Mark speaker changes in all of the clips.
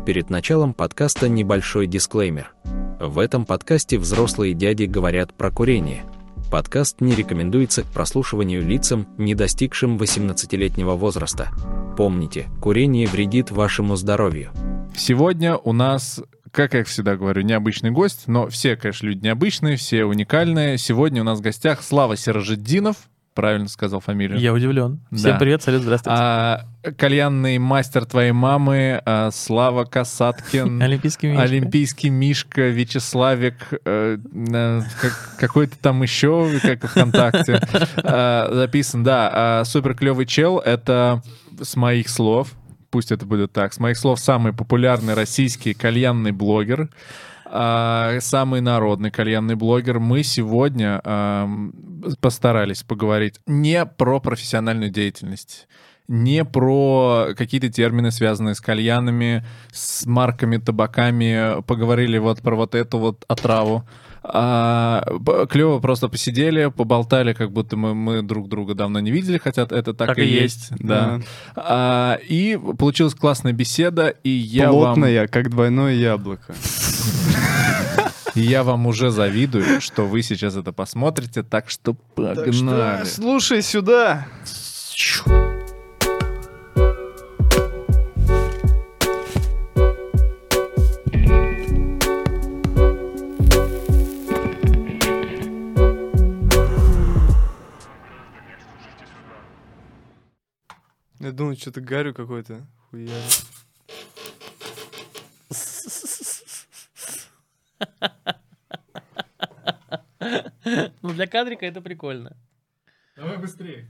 Speaker 1: Перед началом подкаста небольшой дисклеймер. В этом подкасте взрослые дяди говорят про курение. Подкаст не рекомендуется к прослушиванию лицам, не достигшим 18-летнего возраста. Помните, курение вредит вашему здоровью.
Speaker 2: Сегодня у нас, как я всегда говорю, необычный гость, но все, конечно, люди необычные, все уникальные. Сегодня у нас в гостях Слава Сиражетдинов. Правильно сказал фамилию.
Speaker 3: Я удивлен. Всем
Speaker 2: Да.
Speaker 3: привет, салют, здравствуйте.
Speaker 2: Кальянный мастер твоей мамы Слава Касаткин.
Speaker 3: Олимпийский
Speaker 2: Мишка,
Speaker 3: Мишка.
Speaker 2: Вячеславик, какой-то там еще, как ВКонтакте записан. Да, супер клевый чел. Это с моих слов, пусть это будет так, с моих слов самый популярный российский кальянный блогер. Самый народный кальянный блогер. Мы сегодня постарались поговорить не про профессиональную деятельность, не про какие-то термины, связанные с кальянами, с марками, табаками. Поговорили вот про вот эту вот отраву. Клево просто посидели, поболтали, как будто мы друг друга давно не видели, хотя это так и есть. Да. И получилась классная беседа, и я
Speaker 4: плотная, как двойное яблоко.
Speaker 2: И я вам уже завидую, что вы сейчас это посмотрите, так что погнали.
Speaker 4: Так что, слушай сюда. Я думаю, что-то гарю какой-то. Хуя.
Speaker 3: Ну, для кадрика это прикольно.
Speaker 2: Давай быстрее.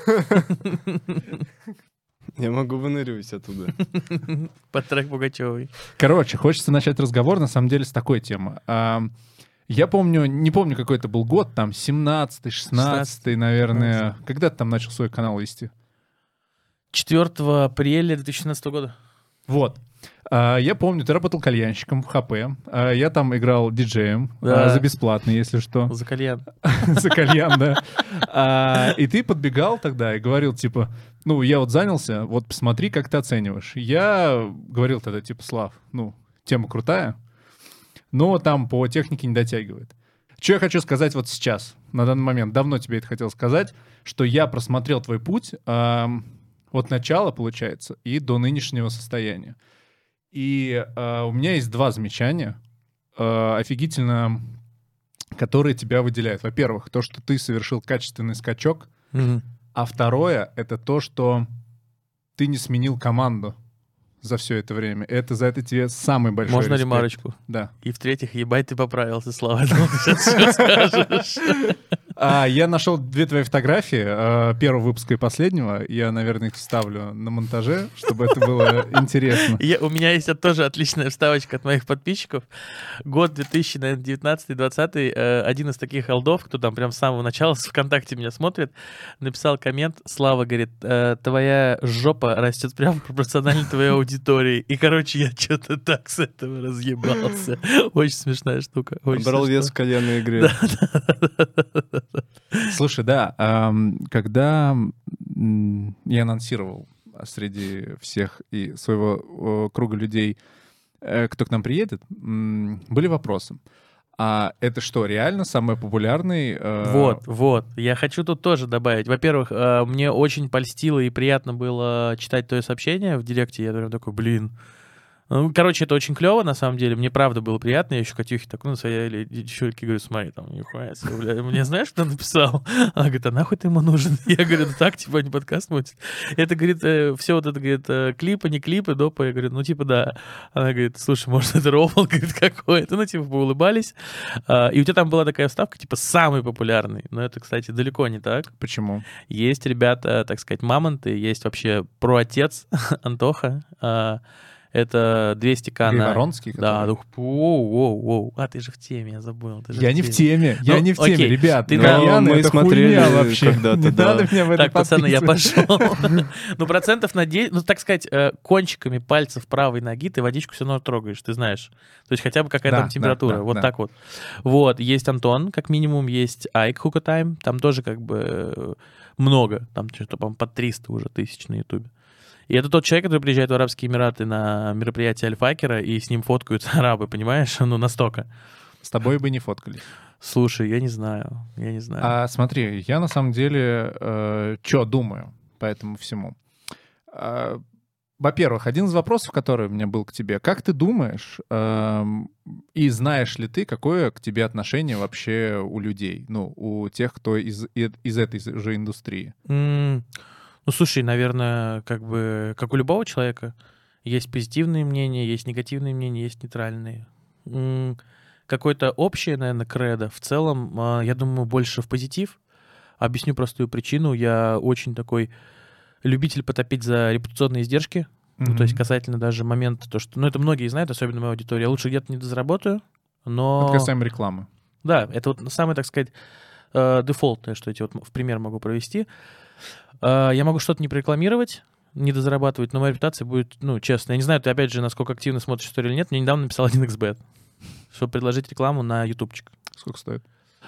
Speaker 4: Я могу выныривать оттуда.
Speaker 3: Под трек Пугачевой.
Speaker 2: Короче, хочется начать разговор, на самом деле, с такой темы. Я помню, не помню, какой это был год, там, 17-й, 16-й, наверное.
Speaker 3: 16.
Speaker 2: Когда ты там начал свой канал вести?
Speaker 3: 4 апреля 2017 года.
Speaker 2: Вот. Я помню, ты работал кальянщиком в ХП. Я там играл диджеем
Speaker 3: Да.
Speaker 2: за бесплатно, если что.
Speaker 3: За кальян.
Speaker 2: За кальян, да. И ты подбегал тогда и говорил, типа, ну, я вот занялся, вот посмотри, как ты оцениваешь. Я говорил тогда, типа, Слав, ну, тема крутая, но там по технике не дотягивает. Что я хочу сказать вот сейчас, на данный момент, давно тебе это хотел сказать, что я просмотрел твой путь от начала, получается, и до нынешнего состояния. И у меня есть два замечания, офигительно, которые тебя выделяют. Во-первых, то, что ты совершил качественный скачок, а второе — это то, что ты не сменил команду за все это время. За это тебе самый большой
Speaker 3: Можно
Speaker 2: респект.
Speaker 3: ремарочку?
Speaker 2: Да.
Speaker 3: И в-третьих, ебать, ты поправился, Слава. Я думал, ты сейчас все скажешь.
Speaker 2: Я нашел две твои фотографии, первого выпуска и последнего. Я, наверное, их вставлю на монтаже, чтобы это было интересно.
Speaker 3: У меня есть тоже отличная вставочка от моих подписчиков. Год 2019-2020. Один из таких олдов, кто там прям с самого начала с ВКонтакте меня смотрит, написал коммент. Слава говорит, твоя жопа растет прямо пропорционально твоей аудитории. И, короче, я что-то так с этого разъебался. Очень смешная штука.
Speaker 4: Брал вес в кальянной игре.
Speaker 2: Слушай, да, когда я анонсировал среди всех и своего круга людей, кто к нам приедет, были вопросы. А это что, реально самый популярный?
Speaker 3: Вот. Я хочу тут тоже добавить. Во-первых, мне очень польстило и приятно было читать твое сообщение в директе. Я прям такой, блин. Ну, короче, это очень клево, на самом деле. Мне правда было приятно. Я еще Катюхе так, ну, своей девчонке говорю, смотри, там, нихуя себе, бля. Мне знаешь, что написал? Она говорит, а нахуй ты ему нужен? Я говорю, ну так, типа, не подкаст будет. Это, говорит, все вот это, говорит, клипы, не клипы, допа. Я говорю, ну, типа, да. Она говорит, слушай, может, это рофл, говорит, какой-то? Ну, типа, поулыбались. И у тебя там была такая вставка, типа, самый популярный. Но это, кстати, далеко не так.
Speaker 2: Почему?
Speaker 3: Есть ребята, так сказать, мамонты, есть вообще проотец Антоха. Это 200к на...
Speaker 2: Воронский?
Speaker 3: Да, воу. А, ты же в теме, я забыл.
Speaker 2: Я не в теме, я не в теме, ребят.
Speaker 3: Ты
Speaker 2: кальян —
Speaker 4: мы
Speaker 2: это
Speaker 4: смотрели
Speaker 2: хуйня вообще.
Speaker 4: когда-то,
Speaker 2: Не
Speaker 4: да.
Speaker 2: надо меня в это
Speaker 3: Так, пацаны, я
Speaker 2: подписывать.
Speaker 3: пошел. Ну, процентов на 10, ну, так сказать, кончиками пальцев правой ноги ты водичку все равно трогаешь, ты знаешь. То есть хотя бы какая
Speaker 2: Да,
Speaker 3: там температура.
Speaker 2: да,
Speaker 3: Вот
Speaker 2: да.
Speaker 3: так вот. Вот, есть Антон, как минимум, есть Айк Хукатайм, там тоже как бы много. Там что-то, по-моему, под 300 уже тысяч на Ютубе. И это тот человек, который приезжает в Арабские Эмираты на мероприятие Альфакера, и с ним фоткаются арабы, понимаешь? Ну, настолько.
Speaker 2: С тобой бы не фоткались.
Speaker 3: Слушай, я не знаю.
Speaker 2: А смотри, я на самом деле что думаю по этому всему. Во-первых, один из вопросов, который у меня был к тебе. Как ты думаешь, и знаешь ли ты, какое к тебе отношение вообще у людей? Ну, у тех, кто из этой же индустрии?
Speaker 3: Ну, слушай, наверное, как у любого человека, есть позитивные мнения, есть негативные мнения, есть нейтральные. Какое-то общее, наверное, кредо. В целом, я думаю, больше в позитив. Объясню простую причину. Я очень такой любитель потопить за репутационные издержки. Ну, то есть касательно даже момента, то, что... Ну, это многие знают, особенно моя аудитория. Я лучше где-то не дозаработаю, но...
Speaker 2: Это касаемо рекламы.
Speaker 3: Да, это вот самое, так сказать, дефолтное, что я тебе вот в пример могу провести. Я могу что-то не прорекламировать, не дозарабатывать, но моя репутация будет, ну, честно. Я не знаю, ты, опять же, насколько активно смотришь историю или нет. Мне недавно написал 1xbet, чтобы предложить рекламу на ютубчик.
Speaker 2: Сколько стоит?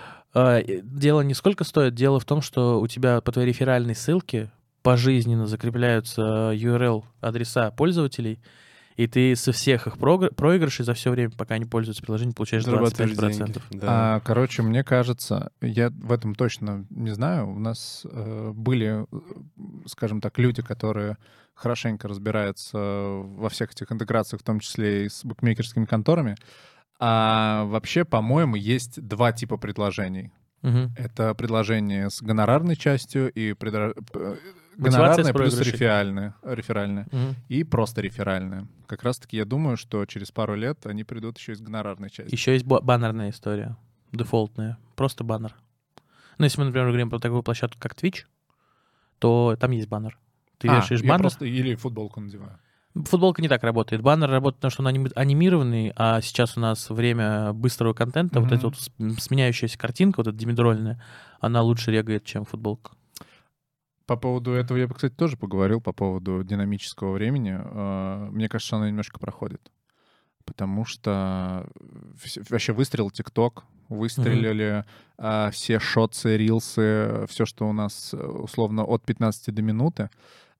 Speaker 3: Дело не сколько стоит, дело в том, что у тебя по твоей реферальной ссылке пожизненно закрепляются URL-адреса пользователей, и ты со всех их проигрышей за все время, пока они пользуются приложением, получаешь 25%.
Speaker 4: Да.
Speaker 2: Короче, мне кажется, я в этом точно не знаю. У нас были, скажем так, люди, которые хорошенько разбираются во всех этих интеграциях, в том числе и с букмекерскими конторами. А вообще, по-моему, есть два типа предложений.
Speaker 3: Угу.
Speaker 2: Это предложение с гонорарной частью и
Speaker 3: Мотивация
Speaker 2: гонорарное
Speaker 3: с
Speaker 2: плюс
Speaker 3: проигрышей.
Speaker 2: реферальное.
Speaker 3: Угу.
Speaker 2: И просто реферальное. Как раз-таки я думаю, что через пару лет они придут еще и с гонорарной частью.
Speaker 3: Еще есть баннерная история, дефолтная, просто баннер. Ну, если мы, например, говорим про такую площадку, как Twitch, то там есть баннер. Ты вешаешь
Speaker 2: я
Speaker 3: баннер.
Speaker 2: просто или футболку надеваю.
Speaker 3: Футболка не так работает. Баннер работает, потому что он анимированный, а сейчас у нас время быстрого контента, вот эта вот сменяющаяся картинка, вот эта димедрольная, она лучше регает, чем футболка.
Speaker 2: По поводу этого я бы, кстати, тоже поговорил, по поводу динамического времени. Мне кажется, что оно немножко проходит. Потому что вообще выстрелил ТикТок, выстрелили все шотсы, рилсы, все, что у нас условно от 15 до минуты.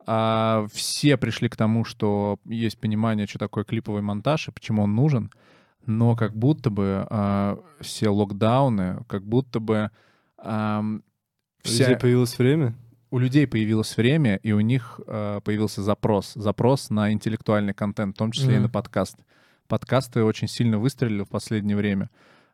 Speaker 2: Все пришли к тому, что есть понимание, что такое клиповый монтаж и почему он нужен. Но как будто бы все локдауны, как будто бы...
Speaker 4: Людей появилось время?
Speaker 2: У людей появилось время, и у них появился запрос на интеллектуальный контент, в том числе и на подкаст. Подкасты очень сильно выстрелили в последнее время.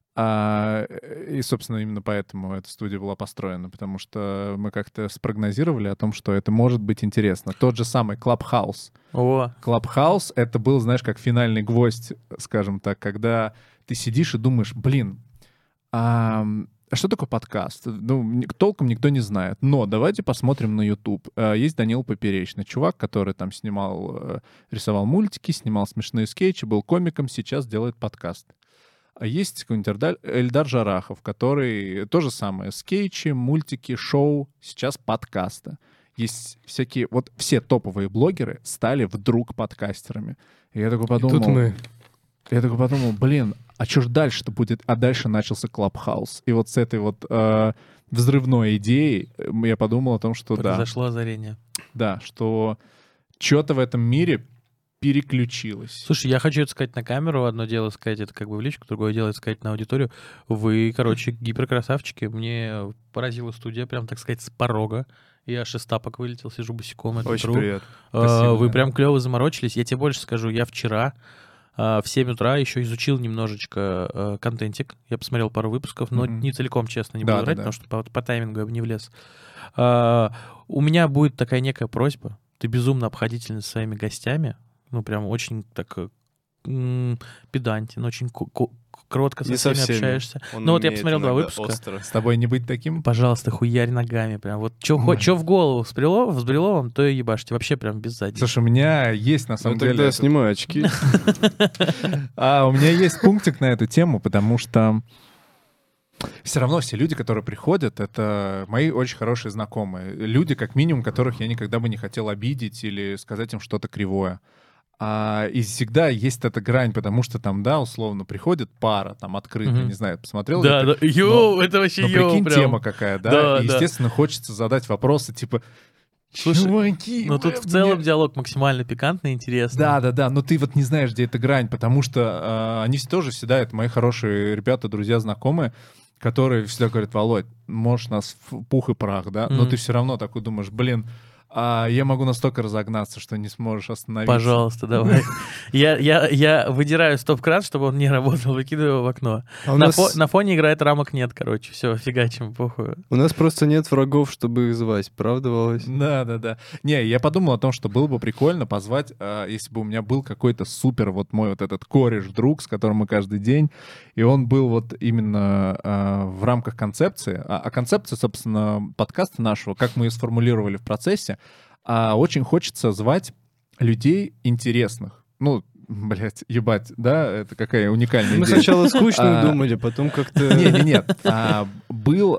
Speaker 2: И, собственно, именно поэтому эта студия была построена, потому что мы как-то спрогнозировали о том, что это может быть интересно. Тот же самый Clubhouse. Clubhouse — это был, знаешь, как финальный гвоздь, скажем так, когда ты сидишь и думаешь, блин, а что такое подкаст? Ну, толком никто не знает. Но давайте посмотрим на YouTube. Есть Данил Поперечный, чувак, который там рисовал мультики, снимал смешные скетчи, был комиком, сейчас делает подкаст. А есть какой-нибудь Эльдар Жарахов, который то же самое. Скетчи, мультики, шоу, сейчас подкасты. Есть всякие... Вот все топовые блогеры стали вдруг подкастерами. И я такой подумал...
Speaker 4: Тут мы.
Speaker 2: Я такой подумал, блин, а что ж дальше-то будет? А дальше начался Clubhouse. И вот с этой вот взрывной идеей я подумал о том, что
Speaker 3: произошло озарение.
Speaker 2: Да, что что-то в этом мире переключилось.
Speaker 3: Слушай, я хочу это сказать на камеру. Одно дело сказать это как бы в личку, другое дело сказать на аудиторию. Вы, короче, гиперкрасавчики. Мне поразила студия, прям, так сказать, с порога. Я аж из тапок вылетел, сижу босиком.
Speaker 4: Очень приятно.
Speaker 2: Спасибо,
Speaker 3: Вы
Speaker 2: да.
Speaker 3: прям клево заморочились. Я тебе больше скажу, я вчера в 7 утра еще изучил немножечко контентик. Я посмотрел пару выпусков, но не целиком, честно, не буду врать, потому что по таймингу я бы не влез. У меня будет такая некая просьба. Ты безумно обходительный со своими гостями. Ну, прям очень так педантен, очень кротко со всеми общаешься. Ну, вот я посмотрел 2 выпуска.
Speaker 2: С тобой не быть таким?
Speaker 3: Пожалуйста, хуярь ногами. Прям вот что в голову взбрело вам, то и ебашьте. Вообще прям без задней.
Speaker 2: Слушай, у меня есть на самом деле...
Speaker 4: Тогда я снимаю очки.
Speaker 2: У меня есть пунктик на эту тему, потому что все равно все люди, которые приходят, это мои очень хорошие знакомые. Люди, как минимум, которых я никогда бы не хотел обидеть или сказать им что-то кривое. И всегда есть эта грань, потому что там, да, условно, приходит пара, там, открытая, не знаю, посмотрел.
Speaker 3: Да, это вообще
Speaker 2: прикинь,
Speaker 3: прям.
Speaker 2: тема какая, да?
Speaker 3: Да,
Speaker 2: и, естественно, хочется задать вопросы, типа,
Speaker 3: Слушай,
Speaker 2: чуваки,
Speaker 3: ну тут в целом диалог максимально пикантный, интересный.
Speaker 2: Да, но ты вот не знаешь, где эта грань, потому что они тоже всегда, это мои хорошие ребята, друзья, знакомые, которые всегда говорят: Володь, можешь нас в пух и прах, да, но ты все равно такой думаешь: блин, я могу настолько разогнаться, что не сможешь остановиться.
Speaker 3: Пожалуйста, давай. Я выдираю стоп-кран, чтобы он не работал, выкидываю его в окно. На фоне играет рамок нет, короче. Все, фигачим, похуй.
Speaker 4: У нас просто нет врагов, чтобы их звать, правда, Володь?
Speaker 2: Да. Не, я подумал о том, что было бы прикольно позвать, если бы у меня был какой-то супер вот мой вот этот кореш-друг, с которым мы каждый день, и он был вот именно в рамках концепции. А концепция, собственно, подкаста нашего, как мы ее сформулировали в процессе, очень хочется звать людей интересных. Ну, блядь, ебать, да, это какая уникальная идея.
Speaker 4: Мы сначала скучно думали, потом как-то...
Speaker 2: Нет. Был...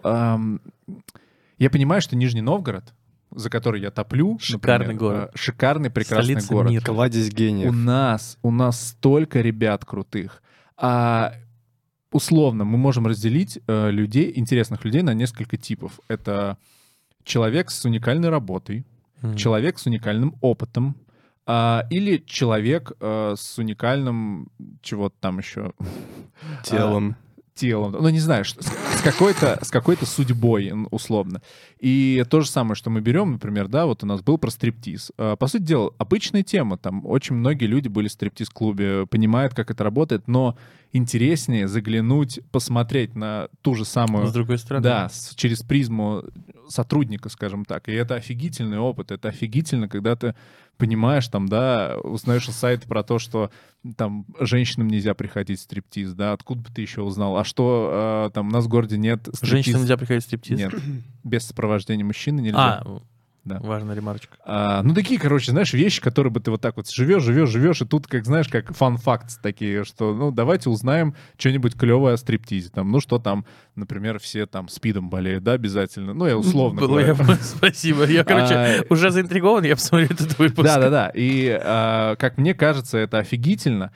Speaker 2: Я понимаю, что Нижний Новгород, за который я топлю,
Speaker 3: шикарный город.
Speaker 2: Шикарный, прекрасный
Speaker 3: Столица
Speaker 2: город.
Speaker 3: мира.
Speaker 4: Кладезь гениев.
Speaker 2: У нас столько ребят крутых. Условно, мы можем разделить интересных людей на несколько типов. Это человек с уникальной работой, человек с уникальным опытом, или человек с уникальным чего-то там еще...
Speaker 4: Телом.
Speaker 2: Ну, не знаю, с какой-то судьбой, условно. И то же самое, что мы берем, например, да, вот у нас был про стриптиз. По сути дела, обычная тема. Там очень многие люди были в стриптиз-клубе, понимают, как это работает, но интереснее заглянуть, посмотреть на ту же самую...
Speaker 3: С другой стороны.
Speaker 2: Да, через призму сотрудника, скажем так. И это офигительный опыт. Это офигительно, когда ты понимаешь, там, да, узнаешь сайт про то, что там женщинам нельзя приходить в стриптиз, да, откуда бы ты еще узнал? А что там у нас в городе нет стриптиз?
Speaker 3: Женщинам нельзя приходить в стриптиз?
Speaker 2: Нет, без сопровождения мужчины нельзя.
Speaker 3: Да. Важная ремарочка.
Speaker 2: Ну, такие, короче, знаешь, вещи, которые бы ты вот так вот живешь, и тут, как знаешь, как фан-факт такие, что, ну, давайте узнаем что-нибудь клевое о стриптизе. Там, ну, что там, например, все там СПИДом болеют, да, обязательно. Ну, я условно говорю.
Speaker 3: Спасибо. Я, короче, уже заинтригован, я посмотрю этот выпуск.
Speaker 2: Да. И, как мне кажется, это офигительно.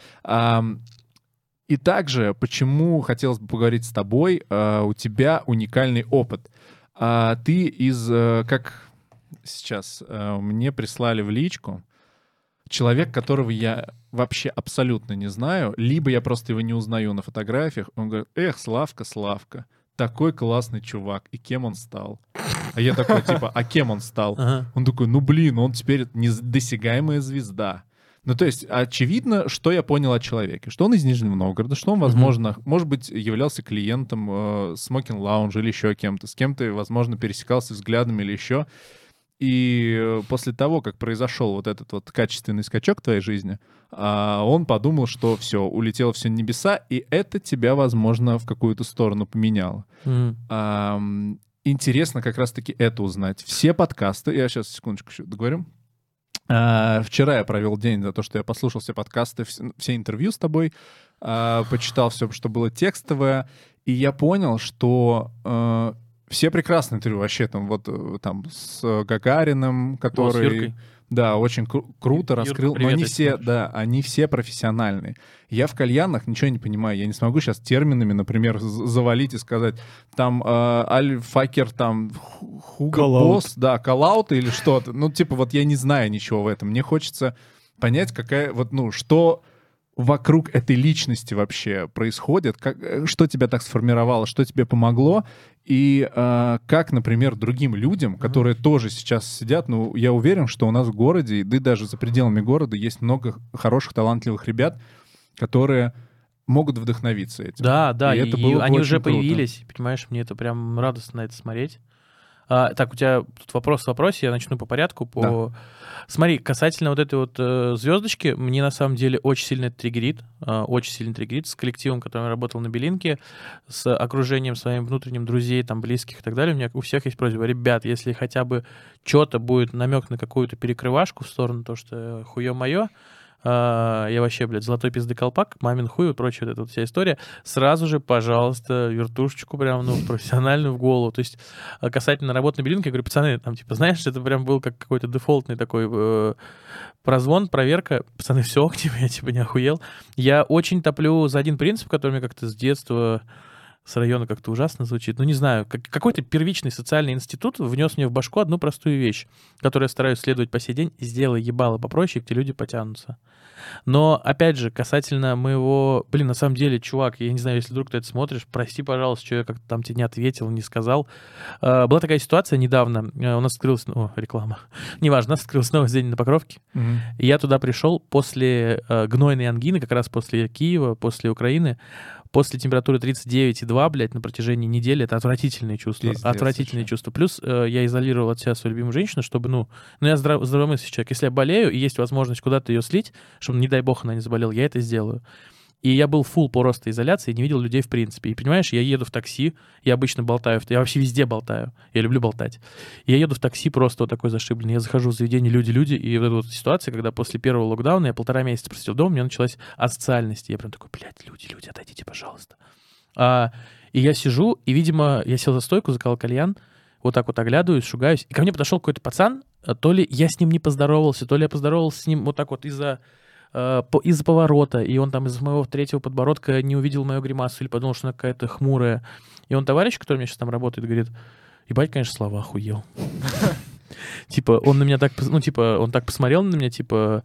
Speaker 2: И также, почему хотелось бы поговорить с тобой, у тебя уникальный опыт. Ты как сейчас мне прислали в личку человек, которого я вообще абсолютно не знаю, либо я просто его не узнаю на фотографиях. Он говорит: эх, Славка, такой классный чувак, и кем он стал? А я такой, типа, а кем он стал? Он такой: ну блин, он теперь недосягаемая звезда. Ну, то есть, очевидно, что я понял о человеке. Что он из Нижнего Новгорода, что он, возможно, может быть, являлся клиентом Smoking Lounge или еще кем-то. С кем-то, возможно, пересекался взглядами или еще. И после того, как произошел вот этот вот качественный скачок в твоей жизни, он подумал, что все, улетело все в небеса, и это тебя, возможно, в какую-то сторону поменяло. Интересно как раз-таки это узнать. Все подкасты, я сейчас, секундочку, еще договорю. Вчера я провел день за то, что я послушал все подкасты, все интервью с тобой, почитал все, что было текстовое, и я понял, что все прекрасные интервью вообще там с Гагариным, который... Да, очень круто раскрыл, но они все профессиональные. Я в кальянах ничего не понимаю, я не смогу сейчас терминами, например, завалить и сказать, там Аль-Факер, там Хуга Босс, да, коллаут или что-то. Ну, типа, вот я не знаю ничего в этом. Мне хочется понять, что вокруг этой личности вообще происходит, что тебя так сформировало, что тебе помогло, и как, например, другим людям, которые тоже сейчас сидят, ну, я уверен, что у нас в городе, да и даже за пределами города, есть много хороших, талантливых ребят, которые могут вдохновиться этим.
Speaker 3: Да,
Speaker 2: и это было
Speaker 3: они уже
Speaker 2: круто.
Speaker 3: появились, понимаешь, мне это прям радостно на это смотреть. Так, у тебя тут вопрос в вопросе, я начну по порядку.
Speaker 2: Да.
Speaker 3: Смотри, касательно вот этой вот звездочки, мне на самом деле очень сильно это триггерит, с коллективом, которым я работал на Белинке, с окружением своим внутренним друзей, там, близких и так далее. У меня у всех есть просьба: ребят, если хотя бы что-то будет намек на какую-то перекрывашку в сторону того, что хуё моё, я вообще, блядь, золотой пизды колпак, мамин хуй и прочая вот эта вот вся история, сразу же, пожалуйста, вертушечку прям, профессиональную в голову. То есть касательно работы на Белинке, я говорю: пацаны, там, типа, знаешь, это прям был как какой-то дефолтный такой прозвон, проверка. Пацаны, все ок, я типа не охуел. Я очень топлю за один принцип, который мне как-то с детства с района как-то ужасно звучит. Ну, не знаю, какой-то первичный социальный институт внес мне в башку одну простую вещь, которую я стараюсь следовать по сей день. Сделай ебало попроще, и к тебе люди потянутся. Но, опять же, касательно моего... Блин, на самом деле, чувак, я не знаю, если вдруг ты это смотришь, прости, пожалуйста, что я как-то там тебе не ответил, не сказал. Была такая ситуация недавно. У нас открылась... О, реклама. Неважно, у нас открылось новое заведение на Покровке. И я туда пришел после гнойной ангины, как раз после Киева, после Украины. После температуры 39,2, блядь, на протяжении недели, это отвратительные чувства.
Speaker 2: Пиздец,
Speaker 3: отвратительные чувства. Плюс я изолировал от себя свою любимую женщину, чтобы, ну я здравомыслящий человек. Если я болею, и есть возможность куда-то ее слить, чтобы, не дай бог, она не заболела, я это сделаю. И я был фулл по росту изоляции, не видел людей в принципе. И понимаешь, я еду в такси, я обычно болтаю, я вообще везде болтаю, я люблю болтать. И я еду в такси просто вот такой зашибленный, я захожу в заведение, люди, и вот эта вот ситуация, когда после первого локдауна я 1,5 месяца просидел дома, у меня началась асоциальность. И я прям такой, блядь, люди, отойдите, пожалуйста. И я сижу, и, видимо, я сел за стойку, заколол кальян, вот так вот оглядываюсь, шугаюсь, и ко мне подошел какой-то пацан, то ли я с ним не поздоровался, то ли я поздоровался с ним вот так вот из-за поворота, и он там из моего третьего подбородка не увидел мою гримасу или подумал, что она какая-то хмурая. И он товарищ, который у меня сейчас там работает, говорит, ебать, конечно, Слава охуел. Типа, он на меня так, ну, типа, он так посмотрел на меня, типа,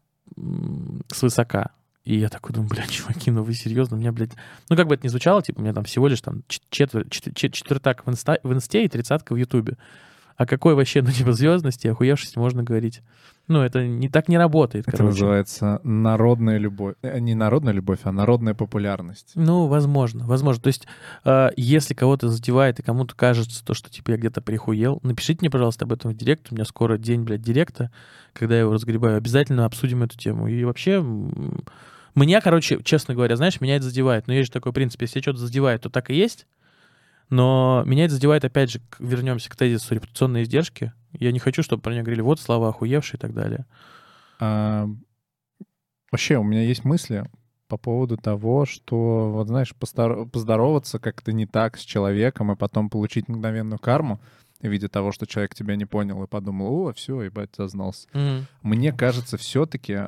Speaker 3: свысока. И я такой думаю, блядь, чуваки, ну вы серьезно? У меня, блядь... Ну, как бы это ни звучало, типа, у меня там всего лишь там четвертак в инсте и 30-ка в ютубе. О какой вообще, ну, типа, звездности, охуевшести можно говорить? Ну, это не так не работает,
Speaker 2: Это
Speaker 3: короче.
Speaker 2: называется народная любовь. Не народная любовь, а народная популярность.
Speaker 3: Ну, возможно. То есть, если кого-то задевает и кому-то кажется, то, что, типа, я где-то прихуел, напишите мне, пожалуйста, об этом в директ. У меня скоро день, блядь, директа, когда я его разгребаю. Обязательно обсудим эту тему. И вообще... Меня, короче, честно говоря, знаешь, меня это задевает. Но есть же такой принцип, если что-то задевает, то так и есть. Но меня это задевает, опять же, вернемся к тезису репутационной издержки. Я не хочу, чтобы про меня говорили, вот, Слава охуевший и так далее.
Speaker 2: Вообще, у меня есть мысли по поводу того, что, вот знаешь, поздороваться как-то не так с человеком и потом получить мгновенную карму в виде того, что человек тебя не понял и подумал, о, все, ебать, зазнался. Мне кажется, все-таки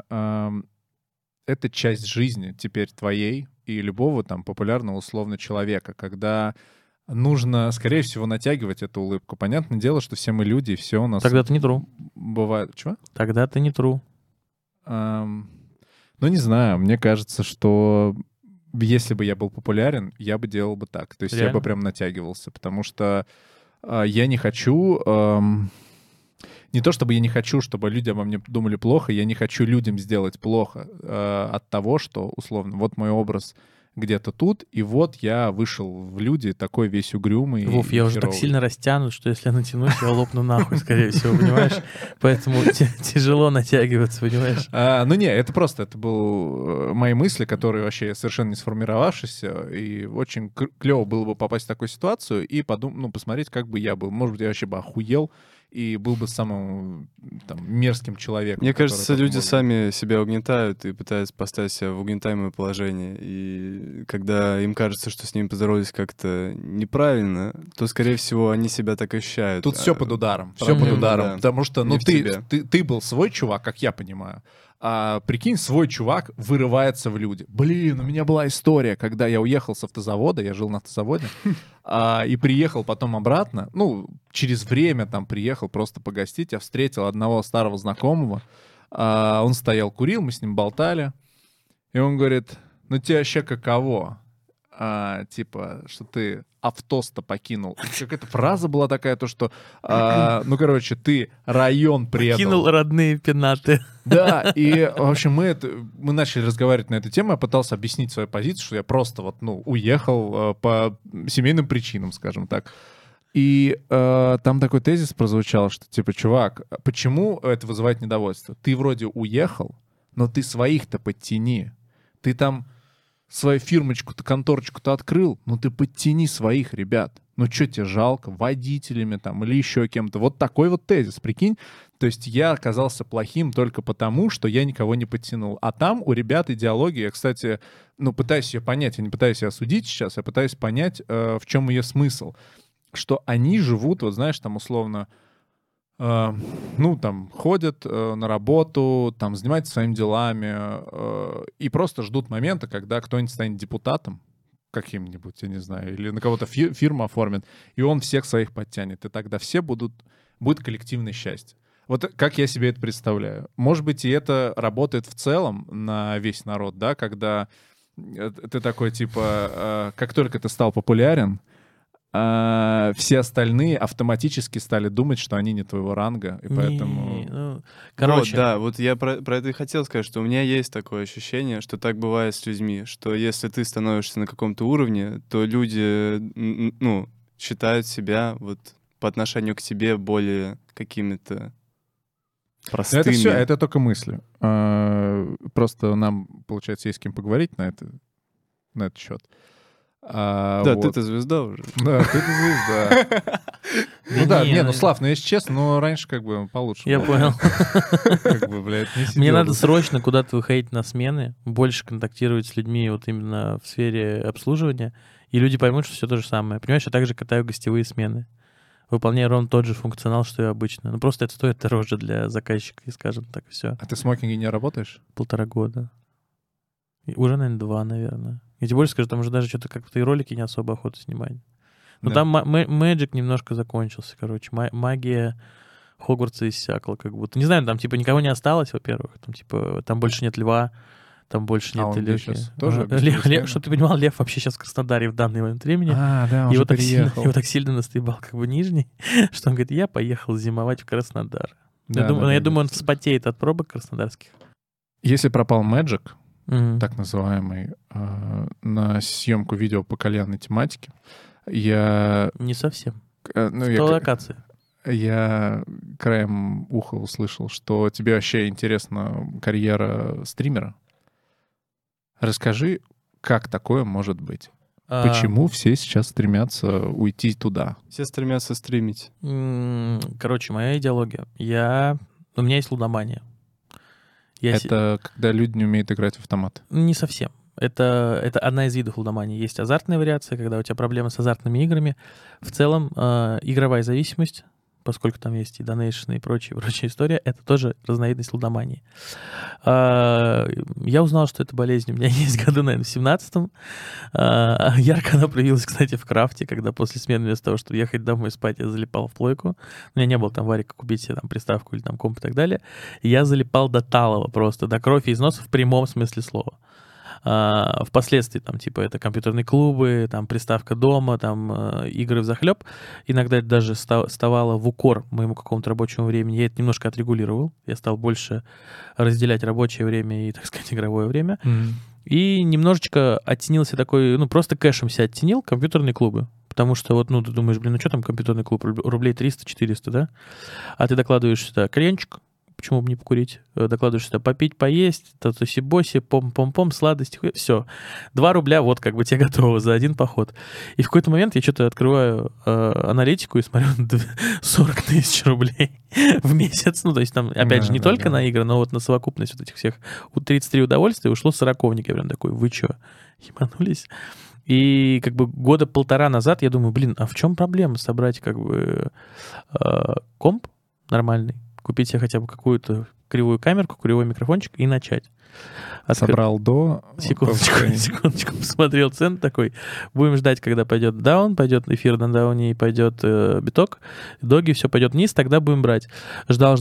Speaker 2: это часть жизни теперь твоей и любого там популярного условно человека, когда нужно, скорее всего, натягивать эту улыбку. Понятное дело, что все мы люди, и все у нас...
Speaker 3: Тогда ты не true.
Speaker 2: Бывает... Чего?
Speaker 3: Тогда ты не true.
Speaker 2: Ну, не знаю. Мне кажется, что если бы я был популярен, я бы делал бы так. То есть
Speaker 3: Реально?
Speaker 2: я бы прям натягивался, потому что я не хочу... Не то чтобы я не хочу, чтобы люди обо мне думали плохо, я не хочу людям сделать плохо от того, что, условно, вот мой образ где-то тут, и вот я вышел в люди такой весь угрюмый.
Speaker 3: Вов, я уже так сильно растянут, что если я натянусь, я лопну нахуй, скорее всего, понимаешь? Поэтому тяжело натягиваться, понимаешь?
Speaker 2: Ну не, это просто, это были мои мысли, которые вообще совершенно не сформировавшиеся, и очень клево было бы попасть в такую ситуацию и посмотреть, как бы я был. Может быть, я вообще бы охуел, и был бы самым там, мерзким человеком.
Speaker 4: Мне кажется, люди сами себя угнетают и пытаются поставить себя в угнетаемое положение. И когда им кажется, что с ними поздоровались как-то неправильно, то, скорее всего, они себя так ощущают.
Speaker 2: Тут все под ударом. Все под ударом. Да. Потому что ты был свой чувак, как я понимаю. А прикинь, свой чувак вырывается в люди. Блин, у меня была история, когда я уехал с автозавода, я жил на автозаводе, и приехал потом обратно, через время там приехал просто погостить, я встретил одного старого знакомого, он стоял, курил, мы с ним болтали, и он говорит, ну тебе вообще каково? Типа, что ты автоз-то покинул. Какая-то фраза была такая, то что, ты район предал.
Speaker 3: Покинул родные пенаты.
Speaker 2: Да, и, в общем, мы начали разговаривать на эту тему, я пытался объяснить свою позицию, что я просто уехал по семейным причинам, скажем так. И там такой тезис прозвучал, что, типа, чувак, почему это вызывает недовольство? Ты вроде уехал, но ты своих-то подтяни. Ты там свою фирмочку-то, конторочку-то открыл, ну ты подтяни своих ребят. Ну что тебе жалко, водителями там или еще кем-то. Вот такой вот тезис, прикинь. То есть я оказался плохим только потому, что я никого не подтянул. А там у ребят идеология, я, кстати, пытаюсь ее понять, я не пытаюсь ее осудить сейчас, я пытаюсь понять, в чем ее смысл. Что они живут, вот знаешь, там условно, ходят на работу, там занимаются своими делами и просто ждут момента, когда кто-нибудь станет депутатом, каким-нибудь, я не знаю, или на кого-то фирма оформит, и он всех своих подтянет, и тогда все будет коллективное счастье. Вот как я себе это представляю. Может быть, и это работает в целом на весь народ, да, когда ты такой, типа, как только ты стал популярен, все остальные автоматически стали думать, что они не твоего ранга, и поэтому...
Speaker 3: Короче...
Speaker 4: Вот, да, вот я про это и хотел сказать, что у меня есть такое ощущение, что так бывает с людьми, что если ты становишься на каком-то уровне, то люди, считают себя вот по отношению к тебе более какими-то простыми.
Speaker 2: Это только мысли. Просто нам, получается, есть с кем поговорить на этот счет.
Speaker 4: Ты-то звезда уже.
Speaker 2: Да, ты-то звезда. Слав, если честно, раньше как бы получше.
Speaker 3: Я понял.
Speaker 2: Как бы, блядь, не сидел.
Speaker 3: Мне надо срочно куда-то выходить на смены, больше контактировать с людьми вот именно в сфере обслуживания, и люди поймут, что все то же самое. Понимаешь, я также катаю гостевые смены. Выполняю ровно тот же функционал, что и обычно. Просто это стоит дороже для заказчика, и скажем так, и все.
Speaker 2: А ты в смокинге не работаешь?
Speaker 3: 1,5 года. Уже, наверное, 2, наверное. Я тебе больше скажу, там уже даже что-то как-то и ролики не особо охота снимать. Но там Magic немножко закончился, короче. Магия Хогвартса иссякла как будто. Не знаю, там типа никого не осталось, во-первых. Там типа там больше нет Льва, там больше нет Лёхи.
Speaker 2: Тоже
Speaker 3: Лев, чтобы ты понимал, Лев вообще сейчас в Краснодаре в данный момент времени.
Speaker 2: Да, он
Speaker 3: его
Speaker 2: уже переехал.
Speaker 3: Его так сильно настоебал как бы Нижний, что он говорит, я поехал зимовать в Краснодар. Я думаю, он вспотеет от пробок краснодарских.
Speaker 2: Если пропал Magic, так называемый, на съемку видео по кальянной тематике, я...
Speaker 3: Не совсем. 100 локаций.
Speaker 2: Я краем уха услышал, что тебе вообще интересна карьера стримера. Расскажи, как такое может быть? Почему все сейчас стремятся уйти туда?
Speaker 4: Все стремятся стримить.
Speaker 3: Короче, моя идеология. У меня есть лудомания.
Speaker 2: Это когда люди не умеют играть в автомат?
Speaker 3: Не совсем. Это одна из видов лудомании. Есть азартная вариация, когда у тебя проблемы с азартными играми. В целом, игровая зависимость, поскольку там есть и донейшны, и прочая история, это тоже разновидность лудомании. Я узнал, что эта болезнь у меня есть году, наверное, в 17-м. Ярко она проявилась, кстати, в крафте, когда после смены вместо того, чтобы ехать домой спать, я залипал в плойку. У меня не было там варика купить себе там приставку или там комп и так далее. Я залипал до талого просто, до крови из носа в прямом смысле слова. Впоследствии там типа это компьютерные клубы, там приставка дома, там игры взахлеб. Иногда это даже ставало в укор моему какому-то рабочему времени. Я это немножко отрегулировал. Я стал больше разделять рабочее время и, так сказать, игровое время. И немножечко оттенился такой, просто кэшем себя оттенил компьютерные клубы. Потому что ты думаешь, что там компьютерный клуб, рублей 300-400, да? А ты докладываешь сюда кальянчик, почему бы не покурить? Докладываешь сюда попить, поесть, тоси-боси, пом-пом-пом, сладости, все. 2 рубля, вот как бы тебе готово за один поход. И в какой-то момент я что-то открываю аналитику и смотрю 40 тысяч рублей в месяц. То есть там, опять же, не только на игры, но вот на совокупность вот этих всех 33 удовольствия ушло 40-ник. Я прям такой, вы что, ебанулись? И как бы 1.5 года назад я думаю, а в чем проблема собрать как бы комп нормальный, купить себе хотя бы какую-то кривую камерку, кривой микрофончик и начать.
Speaker 2: Собрал до...
Speaker 3: Секундочку, посмотрел цены такой. Будем ждать, когда пойдет даун, пойдет эфир на дауне и пойдет биток. Доги, все пойдет вниз, тогда будем брать. Ждал.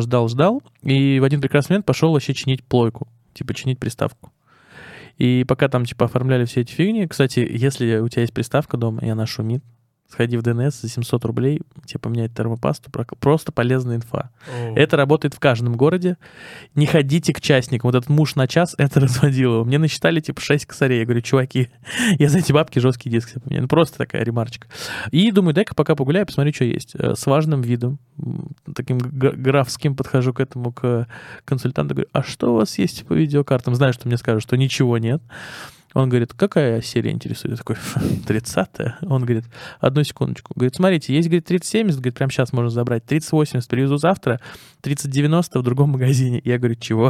Speaker 3: И в один прекрасный момент пошел вообще чинить плойку. Чинить приставку. И пока там, оформляли все эти фигни... Кстати, если у тебя есть приставка дома, и она шумит, сходи в ДНС за 700 рублей, тебе поменять термопасту, просто полезная инфа. Это работает в каждом городе. Не ходите к частникам. Вот этот муж на час, это разводил его. Мне насчитали 6 косарей. Я говорю, чуваки, я за эти бабки жесткий диск себе поменяю. Просто такая ремарочка. И думаю, дай-ка пока погуляю, посмотрю, что есть. С важным видом, таким графским подхожу к этому, к консультанту, говорю, а что у вас есть по видеокартам? Знаю, что мне скажут, что ничего нет. Он говорит, какая серия интересует? Я такой, 30-я. Он говорит, одну секундочку. Говорит, смотрите, есть, говорит, 3070, говорит, прямо сейчас можно забрать. 3080 привезу завтра, 3090 в другом магазине. Я говорю, чего?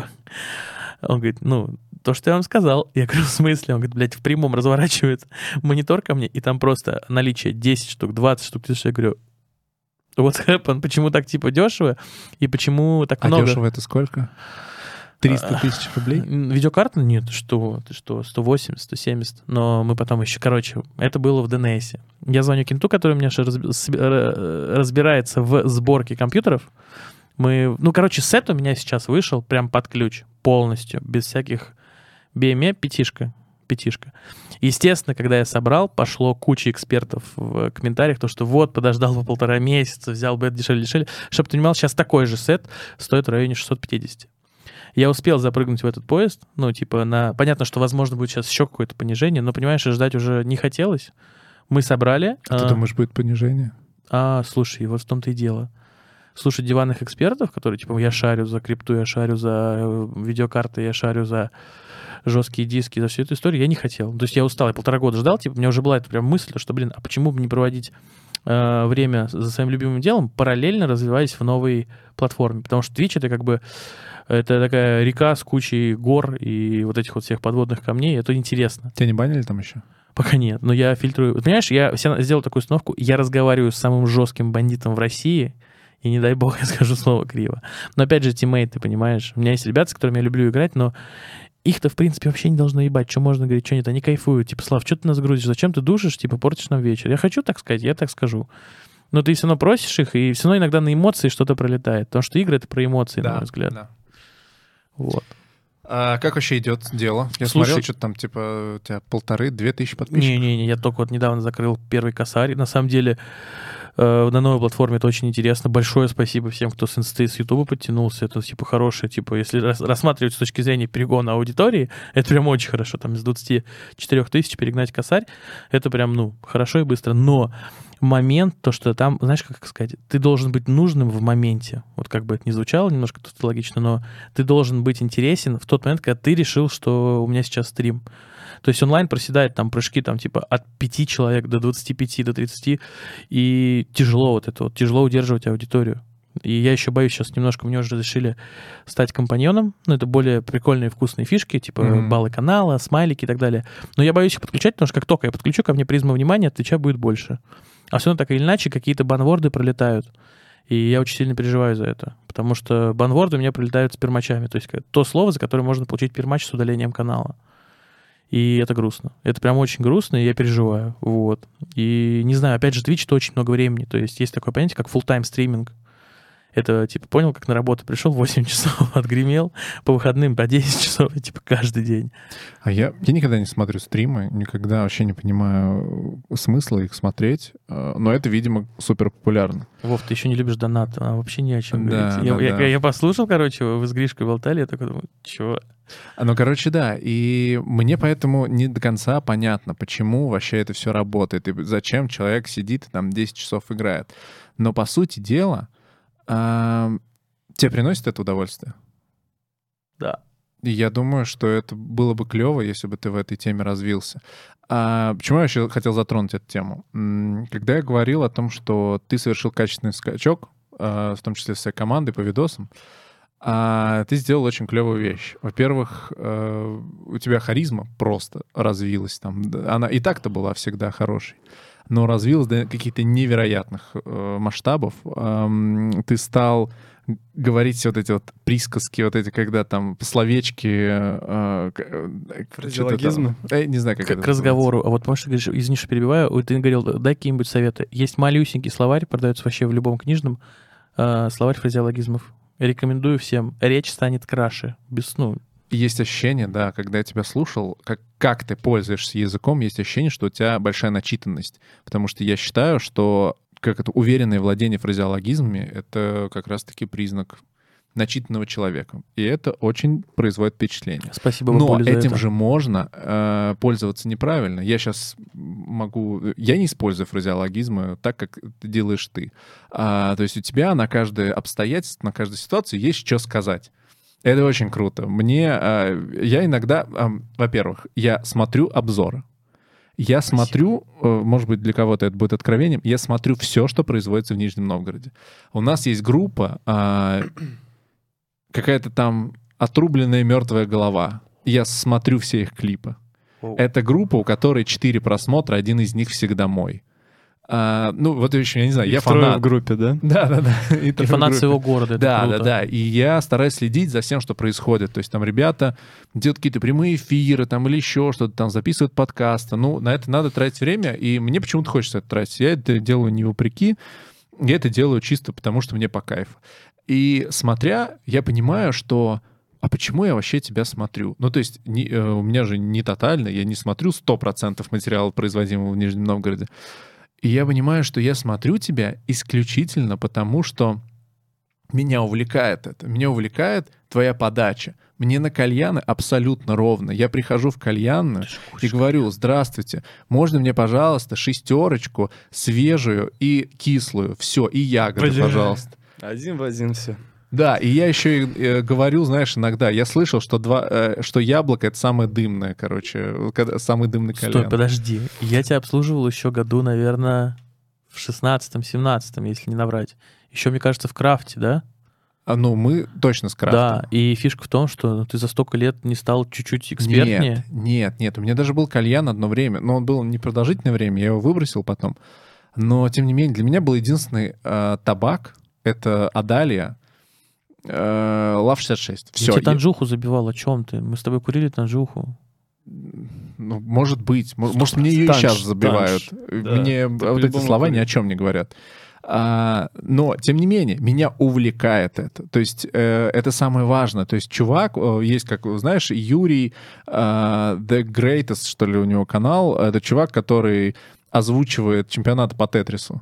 Speaker 3: Он говорит, то, что я вам сказал. Я говорю, в смысле? Он говорит, в прямом разворачивает монитор ко мне, и там просто наличие 10 штук, 20 штук. Я говорю, what's happened? Почему так, дешево? И почему так много?
Speaker 2: А дешево это сколько? 300 тысяч рублей?
Speaker 3: Видеокарта? Нет, ты что, 180, 170. Но мы потом еще, короче, это было в ДНС. Я звоню Кенту, который у меня разбирается в сборке компьютеров. Сет у меня сейчас вышел прям под ключ, полностью, без всяких BME, пятишка. Естественно, когда я собрал, пошло куча экспертов в комментариях, то, что вот, подождал по 1,5 месяца, взял бы это дешевле. Чтобы ты понимал, сейчас такой же сет стоит в районе 650. Я успел запрыгнуть в этот поезд, понятно, что, возможно, будет сейчас еще какое-то понижение, но, понимаешь, ждать уже не хотелось. Мы собрали...
Speaker 2: А ты думаешь, будет понижение?
Speaker 3: Слушай, вот в том-то и дело. Слушать диванных экспертов, которые, я шарю за крипту, я шарю за видеокарты, я шарю за жесткие диски, за всю эту историю, я не хотел. То есть я устал, я 1,5 года ждал, у меня уже была эта прям мысль, что, а почему бы не проводить время за своим любимым делом, параллельно развиваясь в новой платформе? Потому что Twitch это такая река с кучей гор и вот этих вот всех подводных камней, это интересно.
Speaker 2: Тебя не банили там еще?
Speaker 3: Пока нет, но я фильтрую. Понимаешь, я сделал такую установку, я разговариваю с самым жестким бандитом в России, и не дай бог я скажу слово криво. Но опять же, тиммейты, понимаешь? У меня есть ребята, с которыми я люблю играть, но их-то, в принципе, вообще не должно ебать. Что можно говорить, что нет. Они кайфуют. Слав, что ты нас грузишь? Зачем ты душишь? Портишь нам вечер. Я хочу так сказать, я так скажу. Но ты все равно просишь их, и все равно иногда на эмоции что-то пролетает. Потому что игры — это про эмоции, на мой взгляд.
Speaker 2: Да.
Speaker 3: Вот.
Speaker 2: А как вообще идет дело? Я смотрел, что там, у тебя 1500-2000 подписчиков.
Speaker 3: Не-не-не, я только вот недавно закрыл первый косарь. На самом деле, на новой платформе это очень интересно. Большое спасибо всем, кто с инсты, с ютуба подтянулся. Это, хорошее, если рассматривать с точки зрения перегона аудитории, это прям очень хорошо. Там из 24 тысяч перегнать косарь, это прям, хорошо и быстро. Но момент, то, что там, знаешь, как сказать, ты должен быть нужным в моменте. Вот как бы это ни звучало немножко тавтологично, но ты должен быть интересен в тот момент, когда ты решил, что у меня сейчас стрим. То есть онлайн проседает там прыжки от 5 человек до 25, до 30, и тяжело тяжело удерживать аудиторию. И я еще боюсь сейчас немножко, мне уже разрешили стать компаньоном, это более прикольные вкусные фишки, баллы канала, смайлики и так далее. Но я боюсь их подключать, потому что как только я подключу, ко мне призма внимания от Твича будет больше. А все равно так или иначе какие-то банворды пролетают. И я очень сильно переживаю за это, потому что банворды у меня прилетают с пермачами, то есть то слово, за которое можно получить пермач с удалением канала. И это грустно. Это прям очень грустно, и я переживаю. Вот. И не знаю, опять же, Twitch — это очень много времени. То есть есть такое понятие, как full-time стриминг. Это, понял, как на работу пришел, 8 часов отгремел, по выходным по 10 часов, каждый день.
Speaker 2: А я никогда не смотрю стримы, никогда вообще не понимаю смысла их смотреть, но это, видимо, супер популярно.
Speaker 3: Вов, ты еще не любишь донат, вообще не о чем
Speaker 2: да,
Speaker 3: говорить.
Speaker 2: Да.
Speaker 3: Я послушал, вы с Гришкой болтали, я такой думаю, чего?
Speaker 2: Да, и мне поэтому не до конца понятно, почему вообще это все работает, и зачем человек сидит и там 10 часов играет. Но, по сути дела, тебе приносит это удовольствие?
Speaker 3: Да.
Speaker 2: И я думаю, что это было бы клево, если бы ты в этой теме развился. Почему я еще хотел затронуть эту тему? Когда я говорил о том, что ты совершил качественный скачок, в том числе с своей командой по видосам, ты сделал очень клевую вещь. Во-первых, у тебя харизма просто развилась. Она и так-то была всегда хорошей, но развилась до каких-то невероятных масштабов. Ты стал говорить вот эти вот присказки, когда там словечки...
Speaker 4: Фразеологизмы?
Speaker 2: Не знаю, как это
Speaker 3: к разговору. А вот, потому что, извини, что перебиваю, ты говорил, дай какие-нибудь советы. Есть малюсенький словарь, продается вообще в любом книжном, словарь фразеологизмов. Рекомендую всем. Речь станет краше.
Speaker 2: Есть ощущение, да, когда я тебя слушал, как ты пользуешься языком, есть ощущение, что у тебя большая начитанность. Потому что я считаю, что уверенное владение фразеологизмами — это как раз-таки признак начитанного человека. И это очень производит впечатление.
Speaker 3: Спасибо,
Speaker 2: но
Speaker 3: за
Speaker 2: этим
Speaker 3: это.
Speaker 2: же можно пользоваться неправильно. Я сейчас Я не использую фразеологизмы так, как это делаешь ты. То есть у тебя на каждое обстоятельство, на каждую ситуацию есть что сказать. Это очень круто. Я иногда... Во-первых, я смотрю обзоры. Я смотрю, может быть, для кого-то это будет откровением, я смотрю все, что производится в Нижнем Новгороде. У нас есть группа, какая-то там отрубленная мертвая голова. Я смотрю все их клипы. Это группа, у которой 4 просмотра, один из них всегда мой. Ну, вот еще, я не знаю, я
Speaker 4: Трое
Speaker 2: фанат.
Speaker 4: в группе, да?
Speaker 2: Да.
Speaker 3: И фанат своего города, это круто.
Speaker 2: Да. И я стараюсь следить за всем, что происходит. То есть там ребята делают какие-то прямые эфиры там или еще что-то, там записывают подкасты. Ну, на это надо тратить время, и мне почему-то хочется это тратить. Я это делаю не вопреки, я это делаю чисто потому, что мне по кайфу. И смотря, я понимаю, что а почему я вообще тебя смотрю? Ну, то есть у меня же не тотально, я не смотрю 100% материала, производимого в Нижнем Новгороде. И я понимаю, что я смотрю тебя исключительно потому, что меня увлекает это. Меня увлекает твоя подача. Мне на кальяны абсолютно ровно. Я прихожу в кальянную и говорю: здравствуйте, можно мне, пожалуйста, 6 свежую и кислую? Все, и ягоды, пожалуйста.
Speaker 4: Один в один все.
Speaker 2: Да, и я еще и говорю, знаешь, иногда, я слышал, что яблоко — это самое дымное, самый дымный кальян.
Speaker 3: Стой, подожди. Я тебя обслуживал еще году, наверное, в 16-17, если не наврать. Еще, мне кажется, в крафте, да?
Speaker 2: Ну, мы точно с крафтом.
Speaker 3: Да, и фишка в том, что ты за столько лет не стал чуть-чуть экспертнее.
Speaker 2: Нет. У меня даже был кальян одно время, но он был непродолжительное время, я его выбросил потом. Но, тем не менее, для меня был единственный табак — это Адалия, Лав 66. Все.
Speaker 3: Я тебе танжуху забивал, о чем ты? Мы с тобой курили танжуху.
Speaker 2: Ну, может быть. Может, мне ее и сейчас забивают. Мне вот эти слова ни о чем не говорят. Но, тем не менее, меня увлекает это. То есть это самое важное. То есть чувак, есть, как знаешь, Юрий The Greatest, что ли, у него канал. Это чувак, который озвучивает чемпионаты по Тетрису.